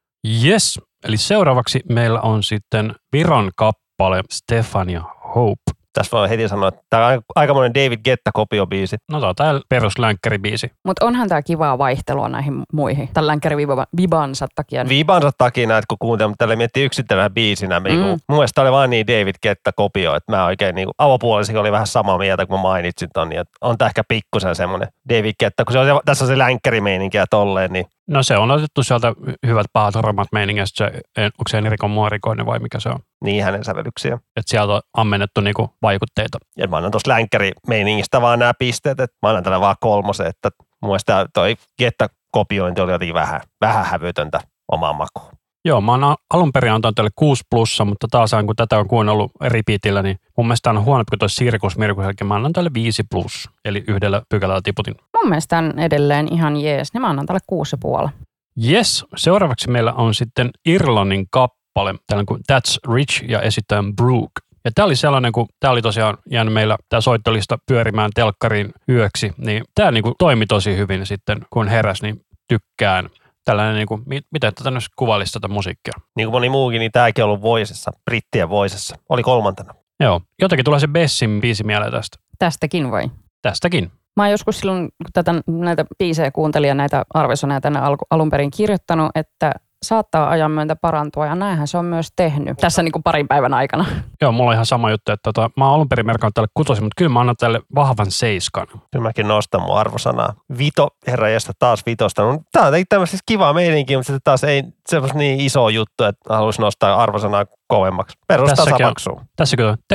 Yes, eli seuraavaksi meillä on sitten Viron kappale Stefania Hope. Tässä voi heti sanoa, että tämä on aikamoinen David Guetta-kopiobiisi. No tämä on tää peruslänkkäribiisi. Mutta onhan tämä kivaa vaihtelua näihin muihin, tämän länkkärivibansa takia. Vibansa takia näet, kun kuuntelin, mutta tälle miettii yksittäisenä biisinä. Mun mielestä oli vaan niin David Guetta-kopio, että mä oikein niin avopuolisesti oli vähän samaa mieltä, kun mä mainitsin ton. Niin on tämä ehkä pikkusen semmoinen David Guetta, kun tässä on se länkkärimeininki ja tolleen, niin no se on otettu sieltä hyvät pahat romat meiningistä, onko se Enrico Morricone vai mikä se on? Niin, hänen sävellyksiä. Että sieltä on ammennettu niinku vaikutteita. Ja mä annan tuossa länkkärimeiningistä vaan nämä pisteet, että mä annan tälle vaan 3, että mun mielestä toi Guetta-kopiointi oli jotenkin vähän hävytöntä omaan makuun. Joo, mä oon alun perin antanut tälle 6+, mutta taas kun tätä on kuunnellut repeatillä, niin mun mielestä on huonompi kuin toi Sirkus Mirkus, eli mä annan tälle 5+, eli 1 pykälällä tiputin. Mun mielestä on edelleen ihan jees, niin mä annan tälle 6,5. Yes, seuraavaksi meillä on sitten Irlannin kappale, tällainen kuin That's Rich ja esittäjän Brooke. Ja tää oli sellainen, kun tää oli tosiaan jäänyt meillä tää soittolista pyörimään telkkariin yöksi, niin tää niinku toimi tosi hyvin sitten, kun heräs, niin tykkään. Tällainen, niin kuin, miten tätä nyt kuvailisi tätä musiikkia? Niin kuin moni muukin, niin tämäkin on ollut Voicessa, brittien Voicessa. Oli 3. Joo, jotenkin tulee se Bessin biisi mieleen tästä. Tästäkin vai? Tästäkin. Mä oon joskus silloin, kun näitä biisejä kuuntelin ja näitä arvosanoja tänne alun perin kirjoittanut, että saattaa ajan myöntä parantua ja näinhän se on myös tehnyt tässä niin kuin parin päivän aikana. Joo, mulla on ihan sama juttu, että mä oon alun perin merkannut tälle 6, mutta kyllä mä annan tälle vahvan 7. Kyllä mäkin nostan mun arvosanaa. 5, herranjestas taas 5. No, tää on tämmöistä siis kivaa meininkiä, mutta taas ei semmoista niin iso juttu, että haluaisi nostaa arvosanaa kovemmaksi. Perustasapaksuun. Tässäkin on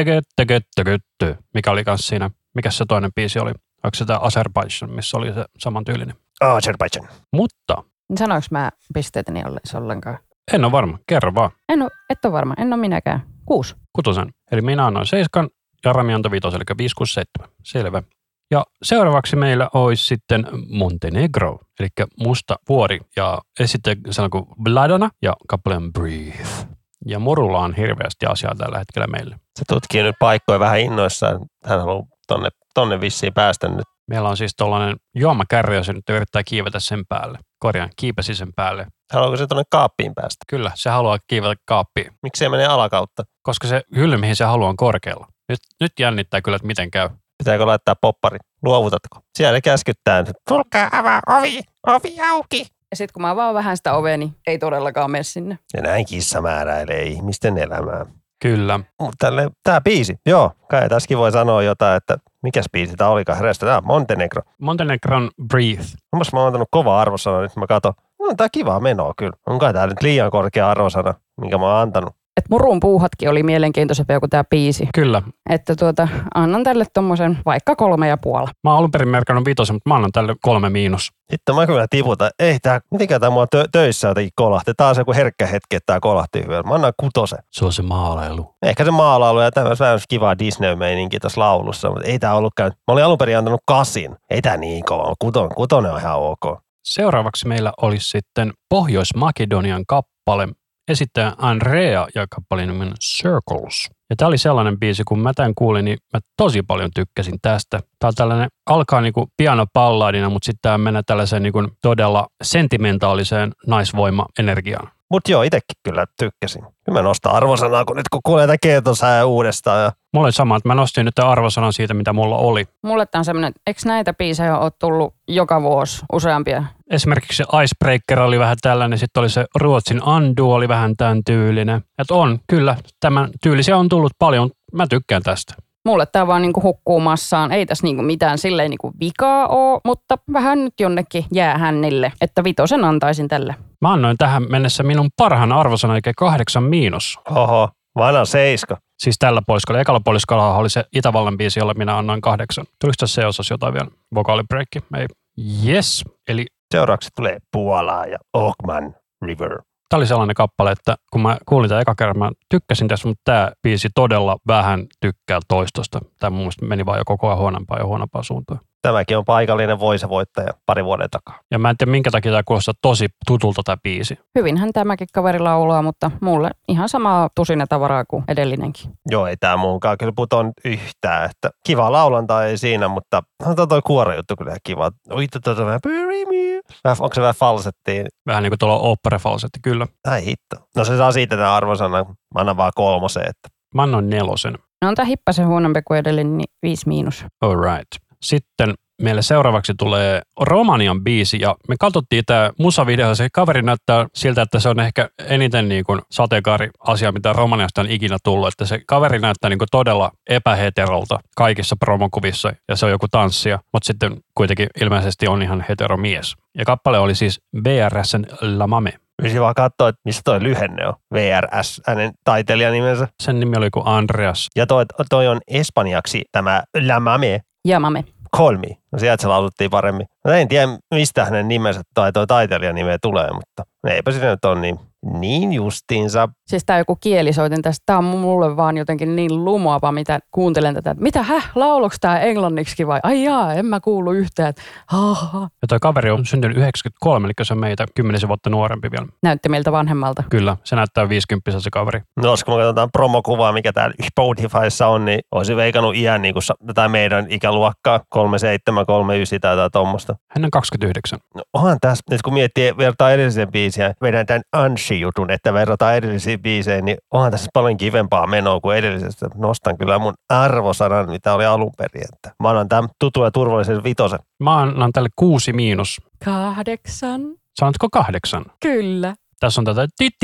teke, mikä oli kanssa siinä. Mikäs se toinen biisi oli? Onko se tämä Azerbaijan, missä oli se samantyylinen? Azerbaijan. Mutta sanoinko mä pisteitäni ollenkaan? En ole varma, kerro vaan. Et ole varma, en ole minäkään. 6. 6. Eli minä annoin 7 ja Rami antoi 5, eli 5, 6, 7. Selvä. Ja seuraavaksi meillä olisi sitten Montenegro, eli Musta vuori ja sitten sellainen kuin Vladana ja kappaleen Breathe. Ja Murulla on hirveästi asiaa tällä hetkellä meille. Se tutkii nyt paikkoja vähän innoissaan. Hän haluaa tonne vissiin päästä nyt. Meillä on siis tollainen juomakärry, jos se nyt yrittää kiivetä sen päälle. Kiipesi sen päälle. Haluaako se tuonne kaappiin päästä? Kyllä, se haluaa kiivetä kaappiin, Miksi se menee alakautta? koska se hylly, mihin se haluaa, on korkealla. Nyt jännittää kyllä, että miten käy. Pitääkö laittaa poppari? Luovutatko? Siellä ne käskyttää. Tulkaa avaa ovi auki. Ja sitten kun mä avaan vähän sitä ovea, niin ei todellakaan mene sinne. Ja näin kissa määräilee ihmisten elämää. Kyllä. Mutta tää biisi, joo, kai tässäkin voi sanoa jotain, että mikäs biisi tää olikaan herestä. Tää on Montenegro. Montenegron Breathe. Mä oon antanut kova arvosana, nyt mä katon. No tää kivaa menoa kyllä. On kai tää nyt liian korkea arvosana, minkä mä oon antanut. Et murun puuhatkin oli mielenkiintoisempia kuin tämä biisi. Kyllä. Että annan tälle tommosen vaikka 3,5. Mä oon alun perin merkannut 5, mutta mä annan tälle 3-. Sitten mä kyllä tiputan. Ei tää, mitenkään tää mua töissä jotenkin kolahti. Tää on se joku herkkä hetki, että tää kolahti hyvin. Mä annan 6. Se on se maalailu. Ehkä se maalailu ja tämä on kivaa Disney-meininki tässä laulussa, mutta ei tää ollutkaan. Mä olin alun perin antanut 8. Ei tää niin kova, 6 on ihan ok. Seuraavaksi meillä olisi sitten Pohjois-Makedonian kappale, esittäjä Andrea ja kappaleen nimen Circles. Ja tää oli sellainen biisi, kun mä tämän kuulin, niin mä tosi paljon tykkäsin tästä. Tää on tällainen, alkaa niinku pianoballadina, mutta sitten tää menee tällaiseen niinku todella sentimentaaliseen naisvoima-energiaan. Mutta joo, itsekin kyllä tykkäsin. Kyllä mä nostan arvosanaa, kun nyt kun kuulee tätä keetosää uudestaan. Ja... Mulla oli sama, että mä nostin nyt arvosanan siitä, mitä mulla oli. Mulle tää on semmoinen, eikö näitä biisejä ole tullut joka vuosi useampia? Esimerkiksi se Icebreaker oli vähän tällainen, sitten oli se Ruotsin Andu oli vähän tämän tyylinen. Että on, kyllä, tämän tyylisiä on tullut paljon. Mä tykkään tästä. Mulle tää vaan niinku hukkuu massaan. Ei tässä niinku mitään silleen niinku vikaa oo, mutta vähän nyt jonnekin jää hännille. Että 5 antaisin tälle. Mä annoin tähän mennessä minun parhaan arvosanan, eli 8-. Oho, mä annan 7. Siis tällä puoliskolla. Ekalla puoliskolla oli se Itävallan biisi, jolle minä annoin 8. Tuliko tässä se osas jotain vielä? Vokaalibreikki? Ei. Yes. Eli seuraavaksi tulee Puolaa ja Ogman River. tämä oli sellainen kappale, että kun mä kuulin tämän eka kerran, mä tykkäsin tässä, mutta tämä biisi todella vähän tykkää toistosta. Tämä mun mielestä meni vaan jo koko ajan huonompaan suuntaan. Tämäkin on paikallinen voice-voittaja pari vuoden takaa. Ja mä en tiedä, minkä takia tämä kuulostaa tosi tutulta tämä biisi. Hyvinhän tämäkin kaveri laulaa, mutta mulle ihan samaa tusina tavaraa kuin edellinenkin. Joo, ei tämä muunkaan kyllä puton yhtään. Että kiva laulantaa ei siinä, mutta on toi kuorojuttu kyllä kiva. Onko se vähän falsettiin? Vähän niin kuin tuolla opera-falsetti, kyllä. Ai hitto. No se saa siitä tämän arvosanan. Mä annan vaan 3. Että. Mä annoin 4. No on tää hippasen huonompi kuin edellinen, niin 5-. All right. Sitten meille seuraavaksi tulee Romanian biisi ja me katsottiin tämä musavideo. Se kaveri näyttää siltä, että se on ehkä eniten niin kuin sateenkaari-asia, mitä Romaniasta on ikinä tullut. Että se kaveri näyttää niin kuin todella epäheterolta kaikissa promokuvissa ja se on joku tanssija, mutta sitten kuitenkin ilmeisesti on ihan heteromies. Ja kappale oli siis VRS:n La Mame. Pyysin vaan katsoa, että missä toi lyhenne on. VRS, hänen taiteilijanimensä. Sen nimi oli joku Andreas. Ja toi on espanjaksi tämä La Mame. Ja Mame. Call Me. No sieltä se lauluttiin paremmin. No en tiedä, mistä hänen nimensä tai toi taiteilijan nimeä tulee, mutta eipä siinä nyt ole niin justiinsa. Siis tää joku kielisoitin tästä. Tää on mulle vaan jotenkin niin lumoava, mitä kuuntelen tätä. Mitä lauluks tää englanniksi vai? Ai jaa, en mä kuulu yhtään. Ja toi kaveri on syntynyt 93, eli se on meitä 10 vuotta nuorempi vielä. Näytti meiltä vanhemmalta. Kyllä, se näyttää 50 se kaveri. No, kun me katsotaan promokuvaa, mikä täällä Spotifyssa on, niin olisi veikannut iän niin kuin tai meidän ikäluokkaa 37, 39 tai jotain tommoista. Hän on 29. No onhan tässä, nyt kun miettii, vertaa edellisen biisiä, vedän tämän Anshi-jutun, että verrataan edellisiin biiseihin, niin onhan tässä paljon kivempaa menoa kuin edellisestä. Nostan kyllä mun arvosanan, mitä oli alun perin. Että mä annan tämän tutun ja turvallisen 5. Mä annan tälle 6-. 8. Sanotko 8? Kyllä. Tässä on tätä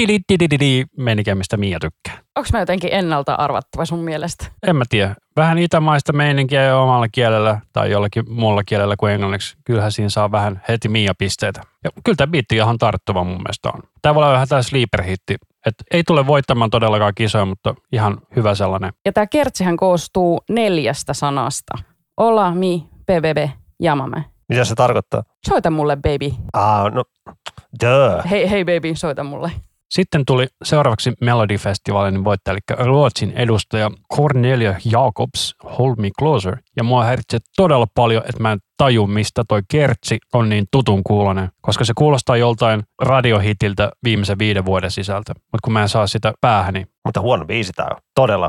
menikä, mistä Mia tykkää. Onko mä jotenkin ennalta arvattava sun mielestä? En mä tiedä. Vähän itämaista meininkiä jo omalla kielellä tai jollakin muulla kielellä kuin englanniksi. Kyllähän siinä saa vähän heti Mia-pisteitä. Ja kyllä tämä biitti ihan tarttuva mun mielestä on. Tämä voi olla vähän tämä sleeper-hitti. Että ei tule voittamaan todellakaan kisoja, mutta ihan hyvä sellainen. Ja tämä kertsihän koostuu 4 sanasta. Ola, mi, pbb, jamame. Mitä se tarkoittaa? Soita mulle, baby. No, duh. Hei baby, soita mulle. Sitten tuli seuraavaksi Melody-festivaalin voittaja, eli Ruotsin edustaja Cornelia Jacobs, Hold Me Closer. Ja mua häiritsee todella paljon, että mä en taju, mistä toi kertsi on niin tutun kuulonen, koska se kuulostaa joltain radiohitiltä viimeisen 5 vuoden sisältä. Mutta kun mä en saa sitä päähäni. Mutta huono biisi tää on. Todella huono.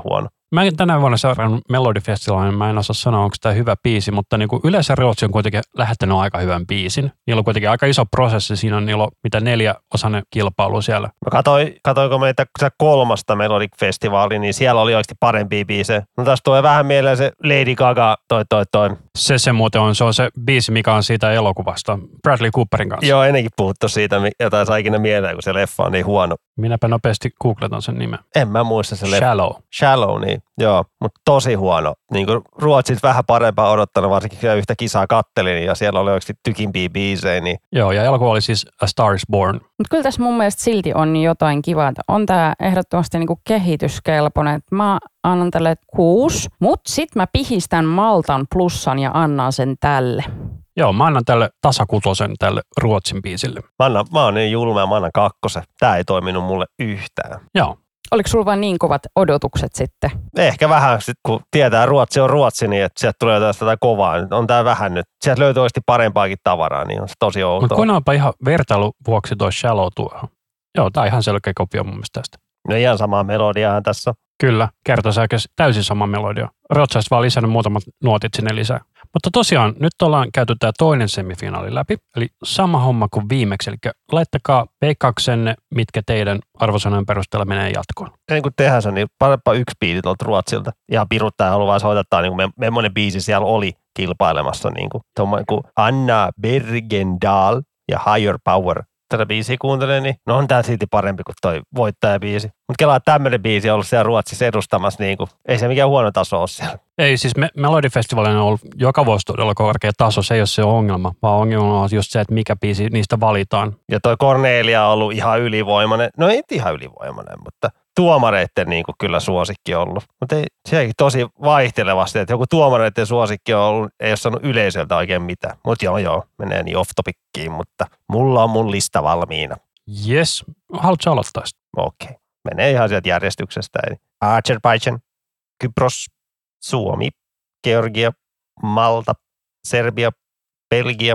Mä en tänä vuonna seurannut Melodifestivaalin, mä en osaa sanoa, onko tämä hyvä biisi, mutta niin kuin yleensä Ruotsi on kuitenkin lähettänyt aika hyvän biisin. Niillä on kuitenkin aika iso prosessi, siinä on niillä on mitä 4-osainen kilpailu siellä. Mä katoinko meitä se 3. Melodic-festivaali, niin siellä oli oikeasti parempia biisejä. No tässä tulee vähän mieleen se Lady Gaga, toi. Se muuten on, se on se biisi, mikä on siitä elokuvasta, Bradley Cooperin kanssa. Joo, ennenkin puhuttu siitä, jotain saa ikinä mieleen, kun se leffa on niin huono. Minäpä nopeasti googletan sen nimen. En mä muista se leffa. Shallow, niin joo, mutta tosi huono. Niin kuin Ruotsit vähän parempaa odottanut, varsinkin kun yhtä kisaa kattelin ja siellä oli oikeasti tykimpiä biisejä. Niin. Joo, ja elokuva oli siis A Star is Born. Mutta kyllä tässä mun mielestä silti on jotain kivaa. On tää ehdottomasti niinku kehityskelpoinen. Mä annan tälle 6, mutta sit mä pihistän Maltan plussan ja annan sen tälle. Joo, mä annan tälle tasakutosen tälle Ruotsin biisille. Mä oon niin julma ja mä annan 2. Tää ei toiminut mulle yhtään. Joo. Oliko sulla vain niin kovat odotukset sitten? Ehkä vähän, sit kun tietää Ruotsi on Ruotsi, niin että sieltä tulee jotain kovaa. On tää vähän nyt. Sieltä löytyy oikeasti parempaakin tavaraa, niin on se tosi outoa. Mutta kuinka ihan vertailu vuoksi toi Shallow tuohon. Joo, tää on ihan selkeä kopio mun mielestä tästä. No ihan sama melodiahan tässä. Kyllä, kertosäkeis täysin sama melodia. Ruotsalaisesti vaan lisännyt muutamat nuotit sinne lisää. Mutta tosiaan, nyt ollaan käyty tämä toinen semifinaali läpi, eli sama homma kuin viimeksi. Eli laittakaa veikkauksenne, mitkä teidän arvosanojen perusteella menee jatkoon. Ennen kuin tehdään se, niin parempaa 1 biisi tuolta Ruotsilta. Ihan piruttaa, haluaa vaan soitattaa, niin kuin memmoinen biisi siellä oli kilpailemassa. Niin kuin Anna Bergendahl ja Higher Power. Tätä biisiä kuuntelee, niin no on tää silti parempi kuin toi voittajabiisi. Mutta kelaa tämmöinen biisi on ollut siellä Ruotsissa edustamassa, niin kuin, ei se mikään huono taso ole siellä. Ei, siis Melodifestivalin on ollut joka vuosi todella korkea taso, se ei ole se ongelma, vaan ongelma on just se, että mikä biisi niistä valitaan. Ja toi Cornelia on ollut ihan ylivoimainen, no ei ihan ylivoimainen, mutta tuomareitten niin kuin kyllä suosikki ollut. Mutta sekin tosi vaihtelevasti, että joku tuomareitten suosikki on ollut, ei ole saanut yleisöltä oikein mitään. Mutta joo, menee niin off-topickiin, mutta mulla on mun lista valmiina. Yes, haluatko aloittaa sitä? Okei, menee ihan sieltä järjestyksestä. Eli Azerbaijan, Kypros, Suomi, Georgia, Malta, Serbia, Belgia,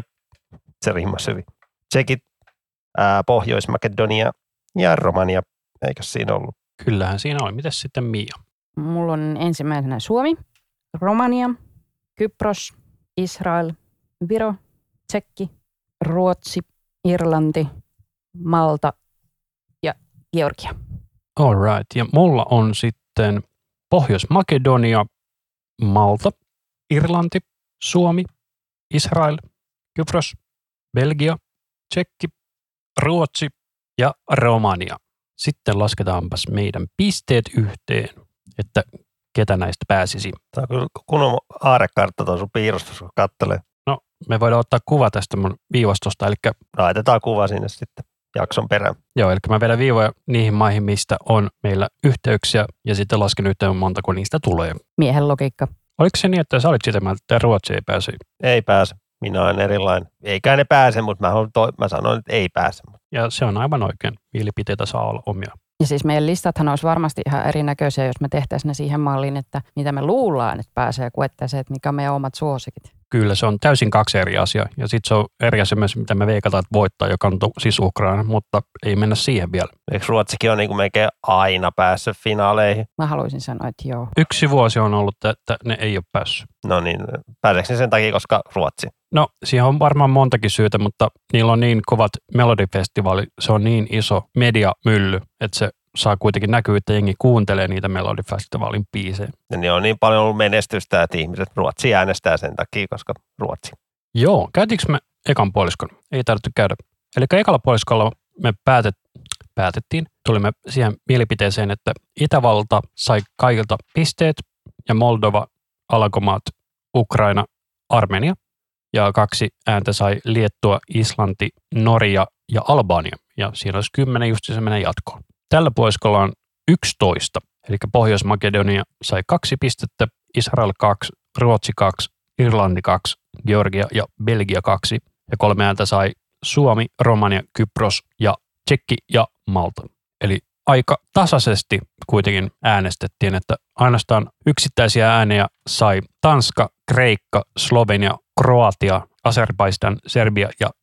se rimmasi hyvin, Tsekit, Pohjois-Makedonia ja Romania. Eikö siinä ollut? Kyllähän siinä oli. Mitäs sitten Mia? Mulla on ensimmäisenä Suomi, Romania, Kypros, Israel, Viro, Tsekki, Ruotsi, Irlanti, Malta ja Georgia. All right. Ja mulla on sitten Pohjois-Makedonia, Malta, Irlanti, Suomi, Israel, Kypros, Belgia, Tsekki, Ruotsi ja Romania. Sitten lasketaanpas meidän pisteet yhteen, että ketä näistä pääsisi. Tämä on kyllä kunnon aarekartta tuo sun piirustus, kun katselee. No, me voidaan ottaa kuva tästä mun viivastosta, eli laitetaan kuva sinne sitten jakson perään. Joo, eli mä vedän viivoja niihin maihin, mistä on meillä yhteyksiä, ja sitten lasken yhteen montako niistä tulee. Miehen logiikka. Oliko se niin, että sä olit sitä mieltä, että Ruotsi ei pääse? Ei pääse. Minä olen erilainen. Eikä ne pääse, mutta mä sanoin, että ei pääse. Ja se on aivan oikein. Mielipiteitä saa olla omia. Ja siis meidän listathan olisi varmasti ihan erinäköisiä, jos me tehtäisiin ne siihen malliin, että mitä me luullaan, että pääsee, kuin että se, että mikä on meidän omat suosikit. Kyllä, se on täysin 2 eri asiaa. Ja sitten se on eri asia myös, mitä me veikataan, että voittaa, joka on siis Ukraina, mutta ei mennä siihen vielä. Eikö Ruotsikin ole niin kuin melkein aina päässyt finaaleihin? Mä haluaisin sanoa, että joo. 1 vuosi on ollut, että ne ei ole päässyt. No niin, pääseekö ne sen takia, koska Ruotsi? No, siihen on varmaan montakin syytä, mutta niillä on niin kovat Melodifestivaali, se on niin iso mediamylly, että se saa kuitenkin näkyä, että jengi kuuntelee niitä Melodifestivaalin biisejä. Ja niin on niin paljon ollut menestystä, että ihmiset Ruotsi äänestää sen takia, koska Ruotsi. Joo, käytiinkö me ekan puoliskon? Ei tarvitse käydä. Eli ekalla puoliskolla me päätettiin, tulimme siihen mielipiteeseen, että Itävalta sai kaikilta pisteet ja Moldova, Alankomaat, Ukraina, Armenia. Ja 2 ääntä sai Liettua, Islanti, Norja ja Albania. Ja siinä olisi 10 just se menee jatkoon. Tällä puoliskolla on 11, eli Pohjois-Makedonia sai 2 pistettä, Israel 2, Ruotsi 2, Irlanti 2, Georgia ja Belgia 2. Ja 3 ääntä sai Suomi, Romania, Kypros ja Tsekki ja Malta. Eli aika tasaisesti kuitenkin äänestettiin, että ainoastaan yksittäisiä ääniä sai Tanska, Kreikka, Slovenia, Kroatia, Azerbaijan, Serbia ja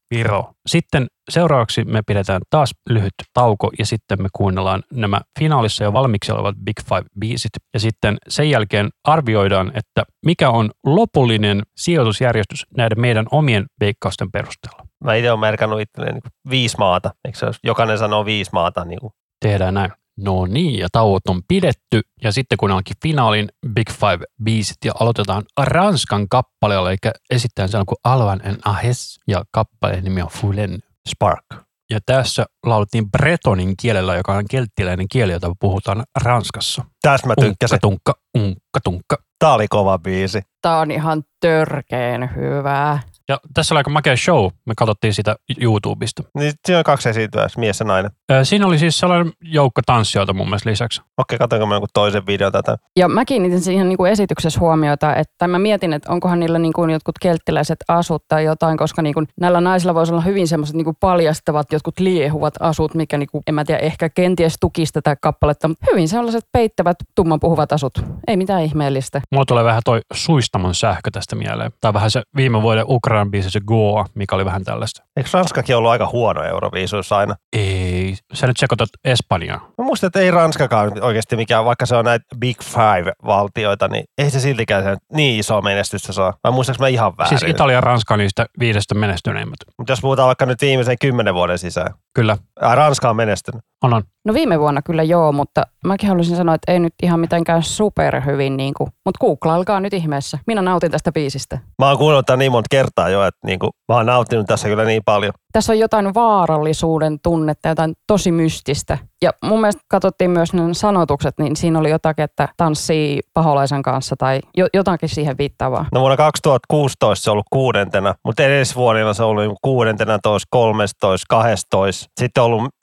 Viro. Sitten seuraavaksi me pidetään taas lyhyt tauko ja sitten me kuunnellaan nämä finaalissa jo valmiiksi olevat Big Five-biisit. Ja sitten sen jälkeen arvioidaan, että mikä on lopullinen sijoitusjärjestys näiden meidän omien veikkausten perusteella. Mä itse olen merkannut itselleen niin 5 maata. Eikö se olisi, jokainen sanoo 5 maata? Niin kuin. Tehdään näin. No niin, ja tauot on pidetty. Ja sitten kun onkin finaalin Big Five-biisit ja aloitetaan Ranskan kappaleella, eli esittäen sen kuin Alvan en Ahes ja kappaleen nimi on Fulen Spark. Ja tässä laulettiin bretonin kielellä, joka on kelttiläinen kieli, jota puhutaan Ranskassa. Tässä mä tykkäsin. Unkka, tunkka. Tää oli kova biisi. Tää on ihan törkeen hyvää. Ja tässä oli aika makea show. Me katsottiin sitä YouTubesta. Niin siinä on 2 esiintyjää, mies ja nainen. Siinä oli siis sellainen joukko tanssijoita mun mielestä lisäksi. Okei, katsoinko mä jonkun toisen videon tätä. Ja mä kiinnitin siihen niin kuin esityksessä huomiota, että mä mietin, että onkohan niillä niin kuin jotkut kelttiläiset asut tai jotain, koska niin kuin näillä naisilla voisi olla hyvin semmoiset niin kuin paljastavat, jotkut liehuvat asut, mikä niin kuin, en mä tiedä, ehkä kenties tukisi tätä kappaletta, mutta hyvin sellaiset peittävät, tummanpuhuvat asut. Ei mitään ihmeellistä. Mulla tulee vähän toi Suistamon sähkö tästä mieleen. Tai vähän se viime vuoden Ukrainan biisi se Goa, mikä oli vähän tällaista. Eikö Ranskakin ollut aika huono Euroviisuissa aina? Ei, sä nyt sekoitat Espanjaa. Mä muistan, että ei Ranskakaan oikeasti mikään, vaikka se on näitä Big Five-valtioita, niin ei se siltikään se niin iso menestystä saa. Vai muistaaks mä ihan väärin? Siis Italia ja Ranska on niistä 5 menestyneimmät. Mutta jos puhutaan vaikka nyt viimeisen 10 vuoden sisään. Kyllä. Ranska on menestynyt. On. No viime vuonna kyllä joo, mutta mäkin haluaisin sanoa, että ei nyt ihan mitenkään superhyvin, niin kuin, mutta googlailkaa nyt ihmeessä. Minä nautin tästä biisistä. Mä oon kuunnellut tämän niin monta kertaa jo, että niin kuin, mä oon nauttinut tässä kyllä niin paljon. Tässä on jotain vaarallisuuden tunnetta, jotain tosi mystistä. Ja mun mielestä katsottiin myös ne sanotukset, niin siinä oli jotakin, että tanssii paholaisen kanssa tai jotakin siihen viittaavaa. No vuonna 2016 se on ollut 6, mutta edellisvuonna se on ollut 16, 13, 12. Sitten on ollut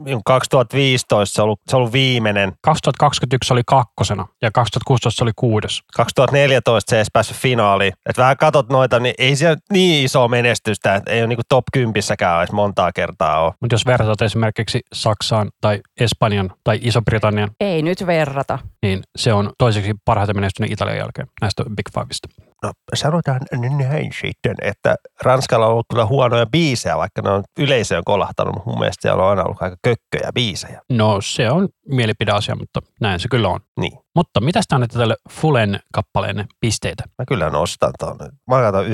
2015 se on ollut viimeinen. 2021 oli 2. ja 2016 oli 6. 2014 se ei edes päässyt finaaliin. Että vähän katot noita, niin ei se niin iso menestystä, että ei ole niin kuin top 10-säkään edes montaa kertaa ole. Mutta jos verrataan esimerkiksi Saksaan tai Espanjan tai Iso-Britannian, ei nyt verrata, niin se on toiseksi parhaiten menestyneen Italian jälkeen näistä Big Fivesta. No sanotaan näin sitten, että Ranskalla on ollut kyllä huonoja biisejä, vaikka ne on yleisöön kolahtanut, mutta mun mielestä siellä on aina ollut aika kökköjä biisejä. No se on mielipideasia, mutta näin se kyllä on. Niin. Mutta mitä te annatte tälle Fulen kappaleen pisteitä? Mä kyllä nostan tuon. Mä katson 9/10.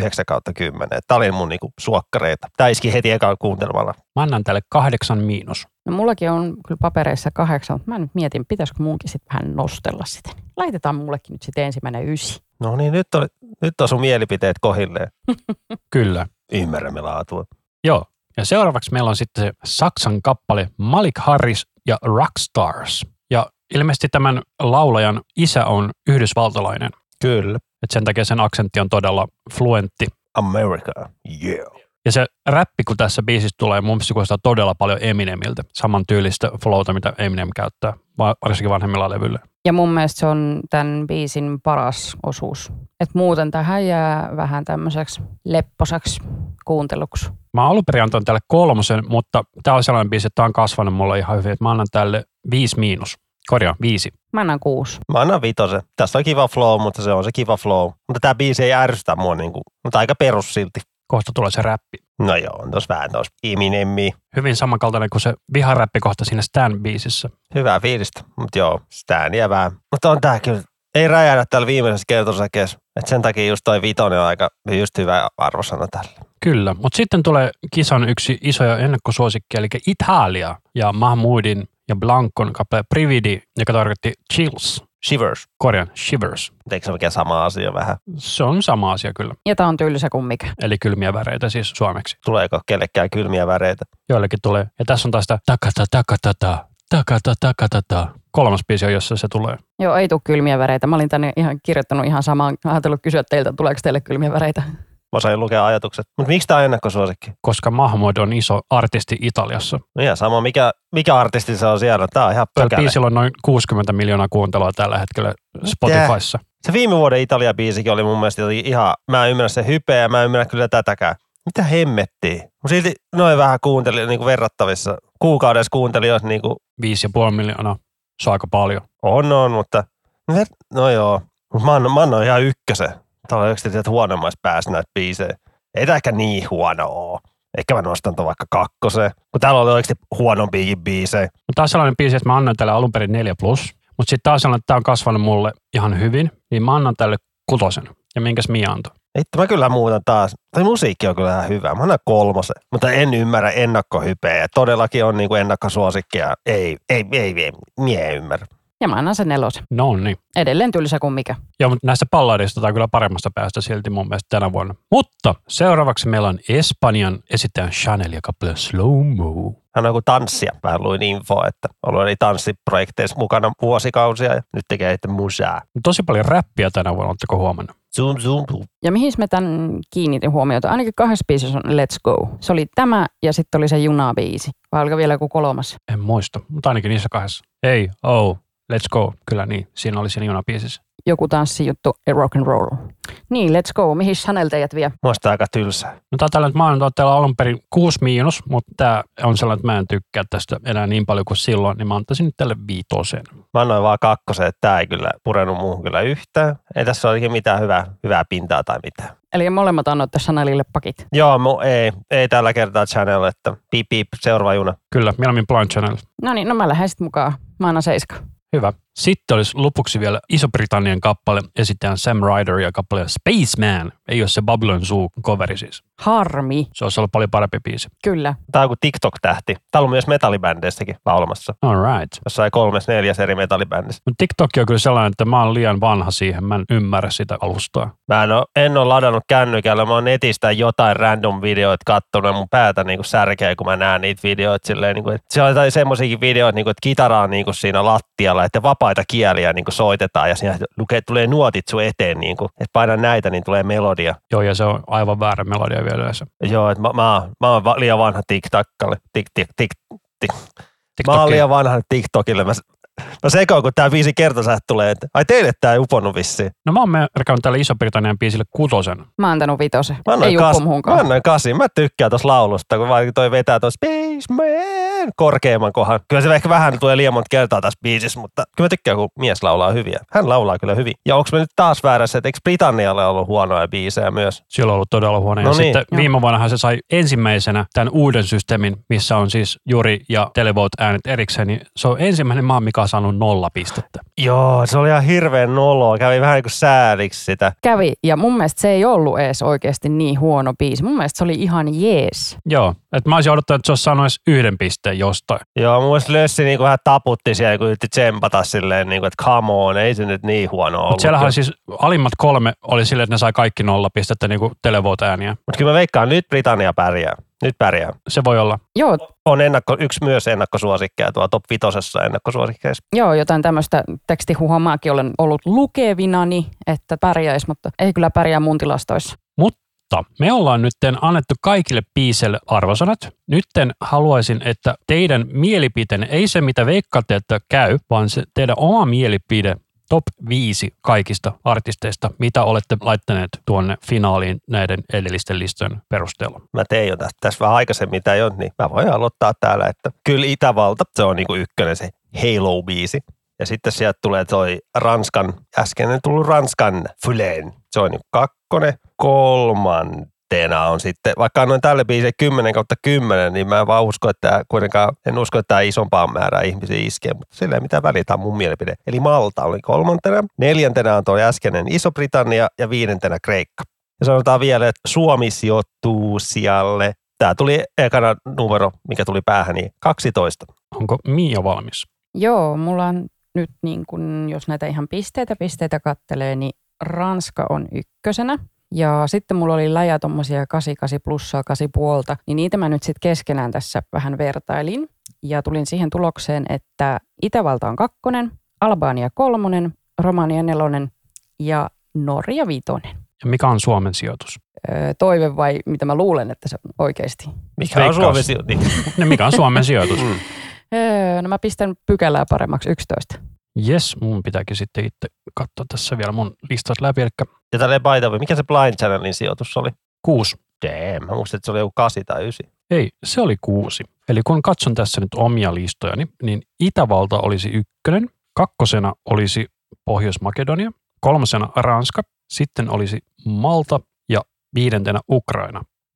Tää oli mun niinku suokkareita. Tää iski heti ekaan kuuntelemalla. Mä annan tälle 8-. No mullakin on kyllä papereissa 8, mutta mä nyt mietin, pitäisikö munkin sitten vähän nostella sitä. Laitetaan mullekin nyt sitten ensimmäinen 9. No niin, nyt on sun mielipiteet kohilleen. Kyllä. Ymmärrämme laatua. Joo. Ja seuraavaksi meillä on sitten se Saksan kappale Malik Harris ja Rockstars. Ja ilmeisesti tämän laulajan isä on yhdysvaltalainen. Kyllä. Et sen takia sen aksentti on todella fluentti. America, yeah. Ja se räppi, kun tässä biisissä tulee, mun mielestä kuulostaa todella paljon Eminemiltä. Saman tyylistä flowta, mitä Eminem käyttää, varsinkin vanhemmilla levyillä. Ja mun mielestä se on tämän biisin paras osuus. Et muuten tähän jää vähän tämmöiseksi lepposaksi kuunteluksi. Mä alun perin antoin tälle 3, mutta tää on sellainen biisi, että tää on kasvanut mulle ihan hyvin. Että mä annan tälle 5-. Korjaan, 5. Mä annan 6. Mä annan 5. Tässä on kiva flow, mutta se on se kiva flow. Mutta tää biisi ei ärsytä mua niinku, mutta aika perus silti. Kohta tulee se räppi. No joo, on tos vähän tos Eminemmi. Hyvin samankaltainen kuin se viharäppikohta siinä Stan-biisissä. Hyvää fiilistä, mutta joo, Stania vähän. Mutta on tää kyllä, ei räjähdä täällä viimeisessä kertosäkeessä. Että sen takia just toi 5 on aika just hyvä arvosana tällä. Kyllä, mutta sitten tulee kisan yksi isoja ennakkosuosikki, eli Italia ja Mahmoudin ja Blancon kappale Prividi, joka tarkoitti Chills. Shivers. Korjaan, Shivers. Eikö se mikään sama asia vähän? Se on sama asia kyllä. Ja tää on tylsä kuin mikä. Eli kylmiä väreitä siis suomeksi. Tuleeko kellekään kylmiä väreitä? Joillekin tulee. Ja tässä on taas sitä takata. 3. biisi on, jossa se tulee. Joo, ei tule kylmiä väreitä. Mä olin tänne ihan kirjoittanut ihan samaan, ajatellut kysyä teiltä, tuleeko teille kylmiä väreitä. Mä sain lukea ajatukset. Mutta miksi tää on ennakkosuosikki? Koska Mahmoud on iso artisti Italiassa. No ihan sama, mikä artisti se on siellä. Tää on ihan Tällä pökäle. biisillä on noin 60 miljoonaa kuuntelua tällä hetkellä Spotifyssa. Se viime vuoden Italia-biisikin oli mun mielestä ihan, mä en ymmärrä se hypeä ja mä en ymmärrä kyllä tätäkään. Mitä hemmettiä? Mun silti noin vähän kuunteli niin kuin verrattavissa. Kuukaudessa kuuntelijoita niin kuin 5,5 miljoonaa. Se on aika paljon. on, mutta no joo. Mut mä annan ihan 1. Tää on yksi huonommassa päässä näitä biisejä. Ei tää ehkä niin huono oo. Ehkä mä nostan ton vaikka 2, kun täällä oli oikeasti huonompiakin biisejä. No, tää on sellainen biisi, että mä annan tälle alun perin 4+, mutta sitten taas sellainen, että tää on kasvanut mulle ihan hyvin, niin mä annan tälle 6. Ja minkäs Mia antoi? Itse mä kyllä muutan taas. Toi musiikki on kyllä ihan hyvä. Mä annan 3, mutta en ymmärrä ennakkohypeä. Todellakin on niinku ennakkosuosikkia. Ei, mie ei ymmärrä. Ja mä annan sen 4. No niin. Edelleen tylsä kuin mikä. Joo, mutta näistä balladeista tai kyllä paremmasta päästä silti mun mielestä tänä vuonna. Mutta seuraavaksi meillä on Espanjan esittäjän Chanel ja kappale Slow Mo. Hän on joku tanssija. Vähän luin infoa, että on ollut tanssiprojekteissa mukana vuosikausia ja nyt tekee itse musaa. Tosi paljon räppiä tänä vuonna, oletteko huomannut? Zoom, zoom. Ja mihin mä tämän kiinnitin huomiota? Ainakin 2 biisissä on Let's Go. Se oli tämä ja sitten oli se Juna-biisi. Vai oliko vielä joku 3? En muista, mutta ainakin niissä 2. Hey, oh, let's go. Kyllä niin, siinä oli siinä Juna-biisissä. Joku tanssijuttu, rock and roll. Niin, Let's Go. Mihin Chanel teidät vie? Muista aika tylsää. No tää on tällä, että mä annan teillä alun perin 6-, mutta tää on sellainen, että mä en tykkää tästä enää niin paljon kuin silloin, niin mä antaisin nyt tälle 5. Mä annoin vaan 2, että tää ei kyllä purenut muuhun kyllä yhtään. Ei tässä ole mitään hyvää pintaa tai mitään. Eli molemmat annoitte Chanelille pakit. Joo, ei tällä kertaa Channel, että piip, seuraava juna. Kyllä, mieluummin Blind Channel. No niin, no mä lähden sitten mukaan. Mä annan 7. Hyvä. Sitten olisi lopuksi vielä Iso-Britannian kappale, esittäjän Sam Ryder ja kappale Spaceman. Ei ole se Babylon Zoo-coveri siis. Harmi. Se olisi ollut paljon parempi biisi. Kyllä. Tää on kuin TikTok-tähti. Täällä on myös metallibändeistäkin laulamassa. All right. Jossain 3-4 eri metallibändissä. Mutta TikTok on kyllä sellainen, että mä oon liian vanha siihen. Mä en ymmärrä sitä alustaa. Mä en ole ladannut kännykällä. Mä oon netistä jotain random videoita kattonut ja mun päätä niinku särkeä, kun mä näen niitä videoita silleen. Niinku, että se on jotain semmosiakin videoita, niinku, että kitara on niinku siinä lattialla, että vapaita kieliä niinku soitetaan ja siinä tulee nuotit sun eteen. Niinku, että paina näitä, niin tulee melodia. Joo, ja se on aivan väärä melodia vielä yleensä. Joo, että mä oon liian vanha TikTokalle. Mä oon liian vanha TikTokille. Mä sekoin, kun tää 5 kertosäät tulee, että ai teille tää ei uponnut vissiin. No mä oon merkannut tälle Iso-Britannian biisille 6. Mä oon antanut 5. Mä Ei uppo muhunkaan. Mä annoin 8. Mä tykkään tosta laulusta, kun vaikka toi vetää tuon Spaceman korkeamman kohan. Kyllä se ehkä vähän tulee liian monta kertaa tässä biisissä, mutta kyllä mä tykkään, kun mies laulaa hyviä. Hän laulaa kyllä hyvin. Ja onko me nyt taas väärässä, että eikö Britannialle ollut huonoja biisejä myös? Siellä on ollut todella huono. No ja niin. sitten viime vuonnahan se sai ensimmäisenä tämän uuden systeemin, missä on siis Juri ja televote-äänet erikseen. Niin se on ensimmäinen maa, mikä on saanut 0 pistettä. Joo, se oli ihan hirveän noloa. Kävi vähän niin kuin sääliksi sitä. Kävi, ja mun mielestä se ei ollut edes oikeasti niin huono biisi. Mun mielestä se oli ihan jees. Joo, että mä olisin odottanut, että se olisi saanut edes 1 pisteen jostain. Joo, mun mielestä Lössi niin vähän taputti siellä, kun yritti tsempata silleen, niin kuin, että come on, ei se nyt niin huono ollut. Mutta siellähän siis alimmat 3 oli silleen, että ne sai kaikki 0 pistettä niin kuin televote-ääniä. Mutta kyllä mä veikkaan, nyt Britannia pärjää. Nyt pärjää. Se voi olla. Joo, On yksi myös ennakkosuosikkeja tuolla top 5 ennakkosuosikkeissa. joo, jotain tämmöistä tekstihuhua mäkin olen ollut lukevinani, että pärjäisi, mutta ei kyllä pärjää mun tilastoissa. Mutta me ollaan nyt annettu kaikille biiseille arvosanat. Nytten haluaisin, että teidän mielipiteenne, ei se mitä veikkaatte, että käy, vaan se teidän oma mielipide top 5 kaikista artisteista, mitä olette laittaneet tuonne finaaliin näiden edellisten listojen perusteella. Mä tein jo tässä vähän aikaisemmin, mitä ei ole, niin mä voin aloittaa täällä, että kyllä Itävalta, se on niinku ykkönen se Halo-biisi. Ja sitten sieltä tulee toi äskeinen tullut Ranskan Fulen. Se on niinku 2. 3. on sitten, vaikka annoin tälle biisille 10/10, niin mä en vaan usko, että en usko, että tämä isompaa määrää ihmisiä iskee, mutta sillä ei mitään väliä, tämä on mun mielipide. Eli Malta oli 3. 4. on tuo äskeinen Iso-Britannia ja 5. Kreikka. Ja sanotaan vielä, että Suomi sijoittuu sijalle. Tämä tuli ekana numero, mikä tuli päähän, niin 12. Onko Mia valmis? Joo, mulla on nyt niin kun, jos näitä ihan pisteitä kattelee, niin Ranska on 1. Ja sitten mulla oli läjä tommosia 88 plussaa, 8,5, niin niitä mä nyt sitten keskenään tässä vähän vertailin. Ja tulin siihen tulokseen, että Itävalta on 2, Albania 3, Romania 4 ja Norja 5. Ja mikä on Suomen sijoitus? Toive vai mitä mä luulen, että se on oikeasti? Mikä on Suomen sijoitus? No, mikä on Suomen sijoitus? No mä pistän pykälää paremmaksi 11. Jes, mun pitääkin sitten itse katsoa tässä vielä mun listat läpi. Eli Ja tälleen by the way, mikä se Blind Channelin sijoitus oli? 6. Damn, mä muistin, että se oli joku 8 tai 9. Ei, se oli 6. Eli kun katson tässä nyt omia listojani, niin Itävalta olisi 1, 2 olisi Pohjois-Makedonia, 3 Ranska, sitten olisi Malta ja 5 Ukraina.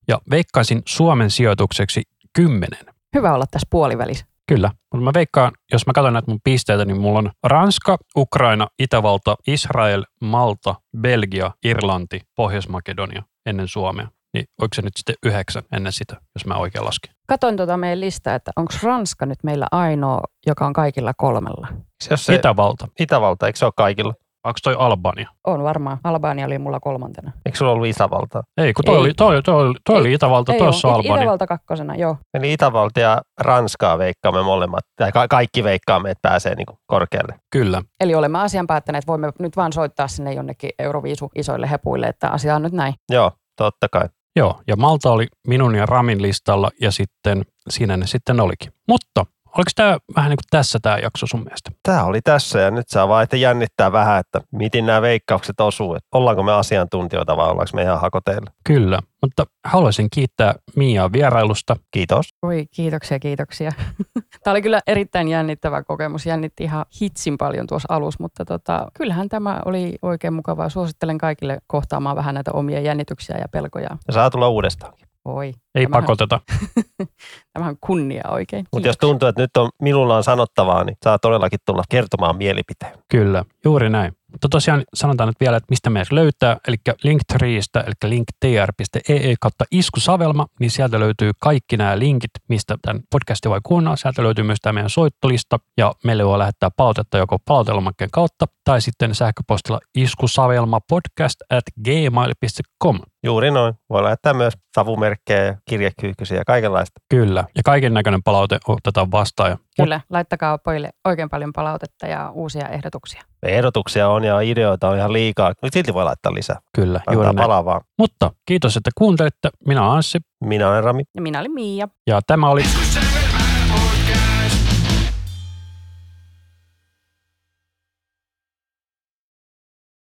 Ja veikkaisin Suomen sijoitukseksi 10. Hyvä olla tässä puolivälissä. Kyllä, mutta mä veikkaan, jos mä katson näitä mun pisteitä, niin mulla on Ranska, Ukraina, Itävalta, Israel, Malta, Belgia, Irlanti, Pohjois-Makedonia ennen Suomea. Niin oliko se nyt sitten 9 ennen sitä, jos mä oikein laskin? Katoin meidän listaa, että onko Ranska nyt meillä ainoa, joka on kaikilla 3. Itävalta, eikö se ole kaikilla? Onko toi Albania? On varmaan. Albania oli mulla 3. Eikö sulla ollut Itävaltaa? Ei, kun toi oli Itävalta, tossa Albania. Itävalta 2, joo. Eli Itävalta ja Ranskaa veikkaamme molemmat, tai kaikki veikkaamme, että pääsee niin kuin korkealle. Kyllä. Eli olemme asian päättäneet, voimme nyt vaan soittaa sinne jonnekin Euroviisu isoille hepuille, että asia on nyt näin. Joo, totta kai. Joo, ja Malta oli minun ja Ramin listalla, ja sitten siinä ne sitten olikin. Mutta oliko tämä vähän niin kuin tässä tämä jakso sun mielestä? Tämä oli tässä, ja nyt saa vaan että jännittää vähän, että miten nämä veikkaukset osuu. Että ollaanko me asiantuntijoita vai ollaanko me ihan hakoteilla? Kyllä, mutta haluaisin kiittää Miaa vierailusta. Kiitos. Oi, kiitoksia. Tämä oli kyllä erittäin jännittävä kokemus. Jännitti ihan hitsin paljon tuossa alussa, mutta kyllähän tämä oli oikein mukavaa. Suosittelen kaikille kohtaamaan vähän näitä omia jännityksiä ja pelkoja. Ja saa tulla uudestaankin. Oi. Ei pakoteta. Tämähän on kunnia oikein. Mutta jos tuntuu, että nyt minulla on sanottavaa, niin saa todellakin tulla kertomaan mielipiteen. Kyllä, juuri näin. Mutta tosiaan sanotaan nyt vielä, että mistä meidät löytää, eli Linktreestä, eli linktr.ee/iskusavelma, niin sieltä löytyy kaikki nämä linkit, mistä tämän podcastin voi kuunnella. Sieltä löytyy myös tämä meidän soittolista, ja meille voi lähettää palautetta joko palautelomakkeen kautta, tai sitten sähköpostilla iskusavelmapodcast@gmail.com. Juuri noin. Voi lähettää myös savumerkkejä ja kirjekyyhkysiä ja kaikenlaista. Kyllä, ja kaiken näköinen palaute otetaan vastaan. Kyllä, laittakaa pojille oikein paljon palautetta ja uusia ehdotuksia. Ehdotuksia on ja ideoita on ihan liikaa. Nyt silti voi laittaa lisää. Kyllä, antaa juuri näin. palaa vaan. Mutta kiitos, että kuuntelitte. Minä olen Anssi. Minä olen Rami. Ja minä olin Miia. Ja tämä oli